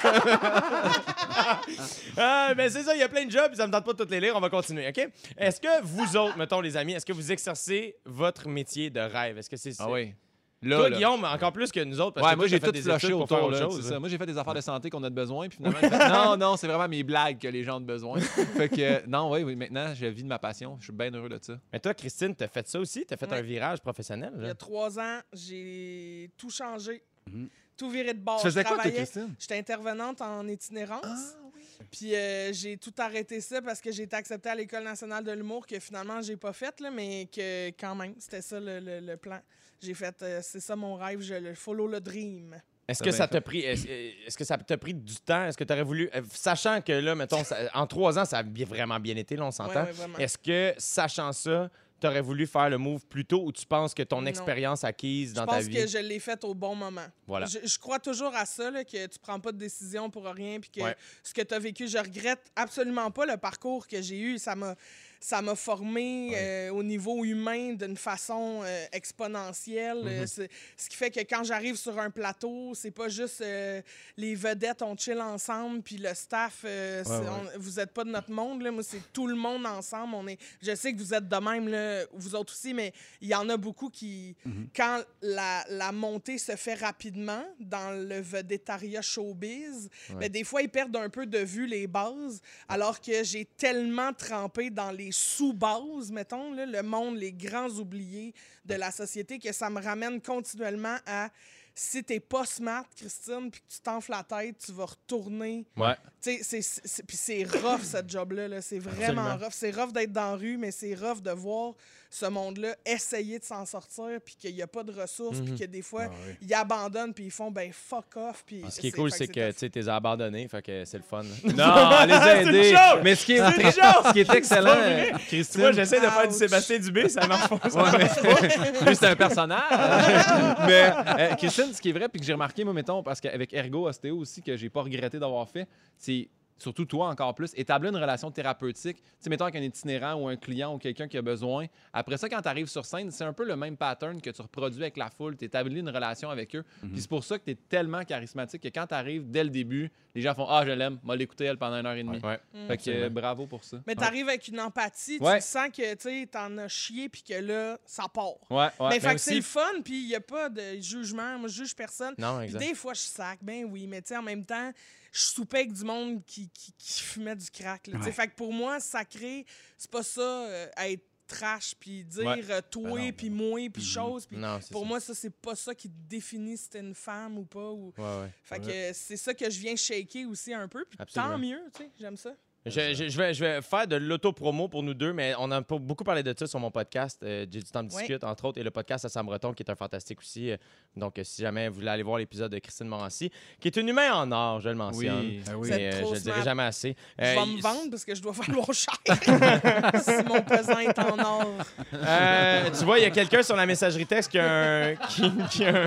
Ah, ben c'est ça, il y a plein de jobs, ça me tente pas de toutes les lire, on va continuer, OK? Est-ce que vous autres, mettons les amis, est-ce que vous exercez votre métier de rêve? Est-ce que c'est Ah oui. Là, Toi, là. Guillaume, encore plus que nous autres, parce Ouais, que moi toi, j'ai t'as fait tout des flushé études pour faire autour. autre Là, chose. c'est ça. Moi j'ai fait des affaires de santé qu'on a de besoin. Puis finalement, j'ai fait, non, non, c'est vraiment mes blagues que les gens ont de besoin. Fait que, euh, non, oui, oui, maintenant, je vis de ma passion. Je suis bien heureux de ça. Mais toi, Christine, t'as fait ça aussi? T'as fait Ouais. un virage professionnel? Il y Là? a trois ans, j'ai tout changé. Mhm. Tout viré de bord. Tu faisais Je quoi, toi, travaillais- Christine? J'étais intervenante en itinérance. Puis euh, j'ai tout arrêté ça parce que j'ai été acceptée à l'École nationale de l'humour que finalement j'ai pas faite, là, mais que quand même, c'était ça le, le- le plan. J'ai fait, euh, c'est ça mon rêve, je le follow le dream. Est-ce T'as que bien ça fait. t'a pris est-ce, est-ce que ça t'a pris du temps? Est-ce que tu aurais voulu, euh, sachant que là, mettons, ça- en trois ans, ça a bien- vraiment bien été, là, on s'entend. Ouais, ouais, vraiment. Est-ce que, sachant ça, tu aurais voulu faire le move plus tôt ou tu penses que ton Non. expérience acquise Je dans ta pense vie... que je l'ai faite au bon moment. Voilà. Je, je crois toujours à ça, là, que tu prends pas de décision pour rien, puis que Ouais. ce que tu as vécu, je regrette absolument pas le parcours que j'ai eu. Ça m'a, ça m'a formé euh, au niveau humain d'une façon euh, exponentielle. Mm-hmm. Euh, c'est- ce qui fait que quand j'arrive sur un plateau, c'est pas juste euh, les vedettes, on chill ensemble, puis le staff, euh, c'est- ouais. on- vous êtes pas de notre monde. Là. Moi, c'est tout le monde ensemble. On est, je sais que vous êtes de même, là, vous autres aussi, mais il y en a beaucoup qui, quand la, la montée se fait rapidement dans le vedettariat showbiz, ben, des fois, ils perdent un peu de vue les bases, alors que j'ai tellement trempé dans les sous-bases, mettons, là, le monde, les grands oubliés de la société, que ça me ramène continuellement à... Si t'es pas smart, Christine, puis que tu t'enfles la tête, tu vas retourner. Ouais. Tu sais, c'est- c'est- c'est- puis c'est rough, cette job-là. Là. C'est vraiment Absolument. rough. C'est rough d'être dans la rue, mais c'est rough de voir ce monde-là essayer de s'en sortir, puis qu'il n'y a pas de ressources, puis que des fois, Ah oui. ils abandonnent, puis ils font, ben, fuck off. Puis Ce qui est cool, c'est que tough. tu t'es abandonné, fait que c'est le fun. Non, les C'est une aider. joke! Mais ce qui est, C'est une très- joke! ce qui est excellent, pas vrai. euh, Christine. Moi, j'essaie de faire du Ouch. Sébastien Dubé, ça marche pas. ça Ouais, marche mais- Lui, c'est un personnage. mais euh, Christine, ce qui est vrai, puis que j'ai remarqué, moi, mettons, parce qu'avec Ergo Ostéo aussi, que j'ai pas regretté d'avoir fait, c'est surtout toi encore plus, établir une relation thérapeutique. Tu sais, mettons avec un itinérant ou un client ou quelqu'un qui a besoin. Après ça, quand tu arrives sur scène, c'est un peu le même pattern que tu reproduis avec la foule. Tu établis une relation avec eux. Puis c'est pour ça que tu es tellement charismatique que quand tu arrives dès le début, les gens font « Ah, je l'aime, m'a l'écouter elle pendant une heure et demie. Ouais. Fait que euh, bravo pour ça. Mais t'arrives avec une empathie, Ouais. tu sens que tu t'en as chié, puis que là, ça part. Ouais, ouais. mais fait mais que c'est aussi- le fun, puis il n'y a pas de jugement. Moi, je juge personne. Non, Puis exact. des fois, je sac, ben oui, mais tu sais, en même temps, je soupais avec du monde qui, qui, qui fumait du crack. Là, tu sais. Ouais. Fait que pour moi, sacré, c'est pas ça, euh, être trash, puis dire Ouais. euh, toi, Ben non, puis moi, puis chose. Puis Non, c'est pour ça. moi, ça, c'est pas ça qui définit si t'es une femme ou pas. Ou... Ouais, ouais. Fait que euh, c'est ça que je viens shaker aussi un peu. Puis Absolument. tant mieux, tu sais, j'aime ça. Je, je- je vais, je vais faire de l'auto-promo pour nous deux, mais on a pas beaucoup parlé de ça sur mon podcast. Euh, J'ai du temps de Oui. discute, entre autres, et le podcast à Sam Breton, qui est un fantastique aussi. Euh, Donc, euh, si jamais vous voulez aller voir l'épisode de Christine Morancy, qui est une humain en or, je le mentionne. Oui. Ah oui. Vous êtes Mais, euh, trop je le dirai smart. jamais assez. Je Euh, vais il- me vendre parce que je dois valoir cher. si mon pesant est en or. Euh, tu vois, il y a quelqu'un sur la messagerie texte qui a, un- qui, qui a un-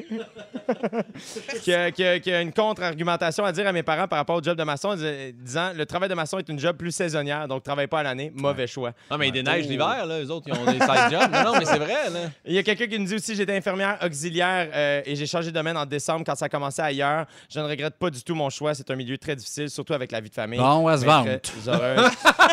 qui a- qui a- qui a une contre-argumentation à dire à mes parents par rapport au job de maçon, dis- disant le travail de maçon est une job plus saisonnière, donc travaille pas à l'année. Mauvais choix. Non, mais il déneige Oh. l'hiver, là. Eux autres, ils ont des side jobs. Non, non, mais c'est vrai, là. Il y a quelqu'un qui nous dit aussi j'étais infirmière auxiliaire euh, et j'ai changé de domaine en décembre quand ça a commencé ailleurs. Je ne regrette pas du tout mon choix. C'est un milieu très difficile, surtout avec la vie de famille. Bon, elle se Mais vante. très heureuse.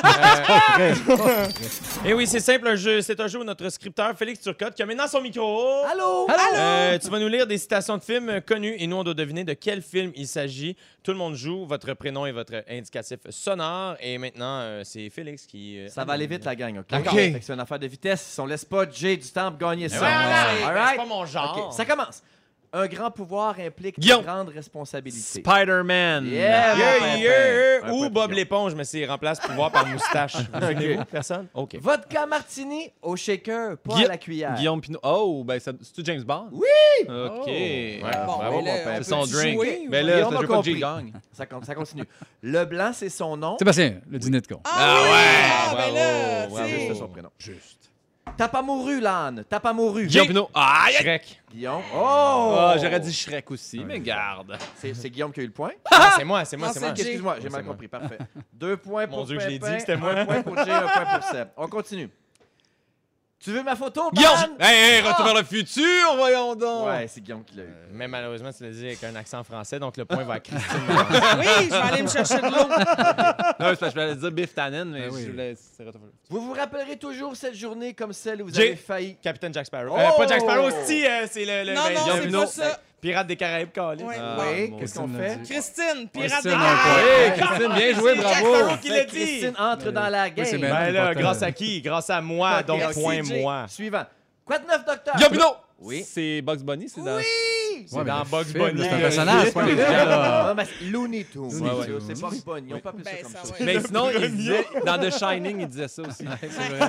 Et oui, c'est simple, un jeu. C'est un jeu où notre scripteur Félix Turcotte, qui a maintenant son micro. Allô? Euh, tu vas nous lire des citations de film connu et nous, on doit deviner de quel film il s'agit. Tout le monde joue, votre prénom et votre indicatif sonore. Et maintenant, euh, c'est Félix qui... euh, Ça va aller vite, la gang, OK? D'accord. Fait que c'est une affaire de vitesse. Si on laisse pas Jay du temps pour gagner ça. Ouais, ouais, ouais, All right? c'est pas mon genre. OK, ça commence. Un grand pouvoir implique Guillaume. de grandes responsabilités. Spider-Man. Yeah, Yeah, mon yeah. pépin. Un Ou point Bob pour l'éponge, mais c'est remplace pouvoir par moustache. Souvenez-vous, personne? OK. Vodka martini au shaker, pas Gui- à la cuillère. Guillaume Pinot. Oh, ben, ça- c'est-tu James Bond? Oui! OK. Ouais, Bon, bravo, mais là, mon père. on C'est son peut-tu drink. jouer, Ben ou- là, Guillaume je a veux pas que Jay compris. gagne. Ça, con- ça continue. Le blanc, c'est son nom. Sébastien, le dîner de con. Ah, Ah oui! ouais! Ah, ben là, Bravo, tu sais. Juste de son prénom. Juste. T'as pas mouru, l'âne. T'as pas mouru. Guillaume Pinot. Ah, aïe, aïe. Shrek. Guillaume. Oh! Ah, j'aurais dit Shrek aussi, mais garde. C'est c'est Guillaume qui a eu le point. Ah, c'est moi, c'est moi, Non, c'est c'est moi. Jay. Excuse-moi, j'ai Oui, mal c'est moi. compris. Parfait. Deux points Mon pour Dieu, je l'ai Pimpin, dit que c'était moi. Un point pour Jay, un point pour Seb. On continue. Tu veux ma photo, Guillaume! Ban? Hey, hey, retour vers le futur, voyons donc! Ouais, c'est Guillaume qui l'a eu. Euh, Mais malheureusement, tu l'as dit avec un accent français, donc le point va à Christine. Oui, je vais aller me chercher de l'eau. Non, c'est parce que je voulais dire Biff Tannen, mais Ah oui. je voulais... c'est retour- Vous vous rappellerez toujours cette journée comme celle où vous Jay. avez failli. Capitaine Jack Sparrow. Oh! Euh, pas Jack Sparrow, si, euh, c'est le... le Non, ben, non, Guillaume c'est Pinot. pas ça. Pirate des Caraïbes, Calis. Ouais. Ah, Oui, bon, qu'est-ce qu'on Christine fait? l'a dit. Christine, pirate Christine, des un Caraïbes. Hey, Christine, bien joué, C'est Jack bravo! Sparrow qui l'a Fait que dit. Christine entre dans la game. c'est Ben bien. là, important. grâce à qui? Grâce à moi, Ok, donc merci, point Jay. moi. Suivant. Quoi de neuf, docteur? Guillaume Pinot! Oui. C'est Bugs Bunny, c'est dans... Oui! C'est Ouais, mais dans le Bugs film, Bunny. C'est un euh, personnage, c'est pas un film, là. Ah, mais c'est Looney Tunes. Looney Ouais, ouais. Tunes. C'est Bugs Bunny. Ils ont pas appelé ça Ben, comme ça, ça. ouais. Mais sinon, il premier. disait... Dans The Shining, il disait ça aussi. C'est vrai.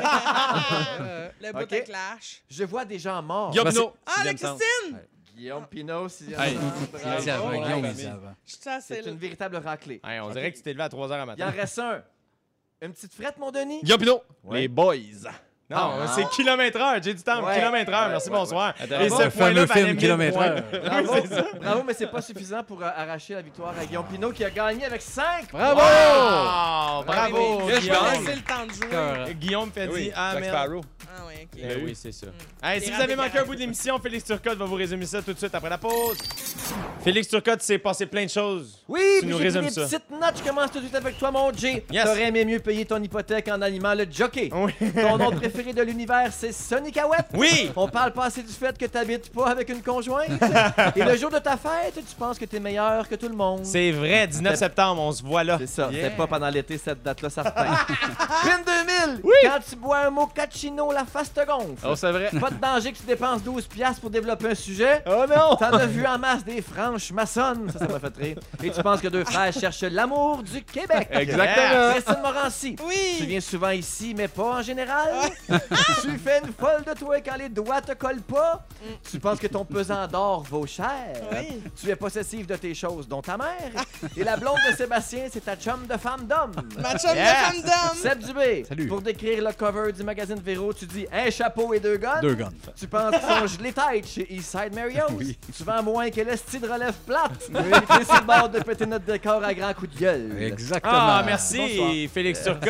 Le bout Ok. de clash. Je vois des gens morts. Guillaume Ben, Pinot! Ah, la sixième sens. Christine! Guillaume Pinot, sixième Hey. sens. Il a dit avant, Bravo. Guillaume, Ouais, il dit avant. Je suis assez C'est une véritable raclée. Hey, on dirait que tu t'es levé à trois heures à Il matin. en reste un. Une petite frette, mon Denis? Guillaume Pinot! Ouais. Les Boys. Non, Ah. c'est kilomètre heure. J'ai du temps. Ouais. Kilomètre heure. Ouais, Merci, ouais, bonsoir. ouais. Et Bravo. ce Le point-là fameux valait film mille Kilomètre points. heure. Bravo, bravo, mais c'est pas suffisant pour euh, arracher la victoire à Guillaume Pinot qui a gagné avec cinq. Bravo! Wow! Bravo, mais- Je Guillaume. vais laisser le temps de jouer. Cœur. Guillaume fait Oui, dit Ah, Jack merde. Sparrow. Ah, ouais, ok. Ben oui, c'est ça. Mm. Hey, si Les vous avez rats manqué des un bout de l'émission, Félix Turcotte va vous résumer ça tout de suite après la pause. Félix Turcotte s'est passé plein de choses. Oui, Tu puis nous j'ai pris résumes des ça. petites notes. Je commence tout de suite avec toi, mon Jay. Yes. T'aurais aimé mieux payer ton hypothèque en animant le jockey. Oui. Ton nom préféré de l'univers, c'est Sonic Awet. Oui! On parle pas assez du fait que t'habites pas avec une conjointe. Et le jour de ta fête, tu penses que t'es meilleur que tout le monde. C'est vrai, dix-neuf septembre, on se voit là. C'est ça, Yeah. c'était pas pendant l'été cette date-là, certain. Pin deux mille! Quand tu bois un mochaccino, la face te gonfle. Oh, c'est vrai. Pas de danger que tu dépenses douze piastres pour développer un sujet. Oh non! T'en as vu en masse des franches maçonnes. Ça, ça m'a fait rire. Et tu penses que deux frères cherchent l'amour du Québec. Exactement. Christine Morancy. Oui! Tu viens souvent ici, mais pas en général. Tu fais une folle de toi quand les doigts te collent pas. Tu penses que ton pesant d'or vaut cher. Oui. Tu es possessive de tes choses, dont ta mère. Et la blonde de Sébastien, c'est ta chum de femme d'homme. Ma chum Yes. de femme d'homme! Seb Dubé, Salut. pour décrire le cover du magazine Véro, tu dis un chapeau et deux guns. Deux guns. Tu penses qu'ils sont gelés tête chez Eastside Mario's. Oui. Tu vends moins que l'esti de relève plate. Et c'est le bord de péter notre décor à grands coups de gueule. Exactement. Ah, merci, Bonsoir. Félix Turcotte.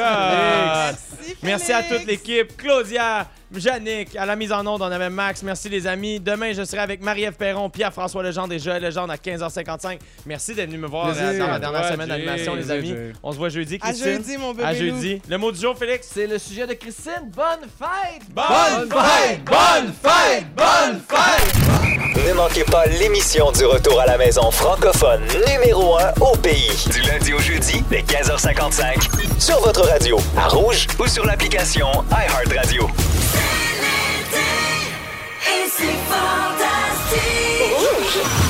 Merci, Merci à Félix. toute l'équipe. Claudia, Yannick, à la mise en onde, on avait Max. Merci les amis. Demain, je serai avec Marie-Ève Perron, Pierre-François Legendre et Joël Legendre à quinze heures cinquante-cinq. Merci d'être venu me voir Plaisir. euh, dans ma dernière Ouais, semaine Jay. d'animation, les Plaisir, amis. Jay. On se voit jeudi, À Christine. jeudi, mon bébé À loup. jeudi. Le mot du jour, Félix? C'est le sujet de Christine. Bonne fête! Bonne fête! Bonne fête! Bonne fête! Ne manquez pas l'émission du retour à la maison francophone numéro un au pays. Du lundi au jeudi, dès quinze heures cinquante-cinq, sur votre radio, à Rouge ou sur l'application iHeartRadio. Et c'est fantastique. Rouge.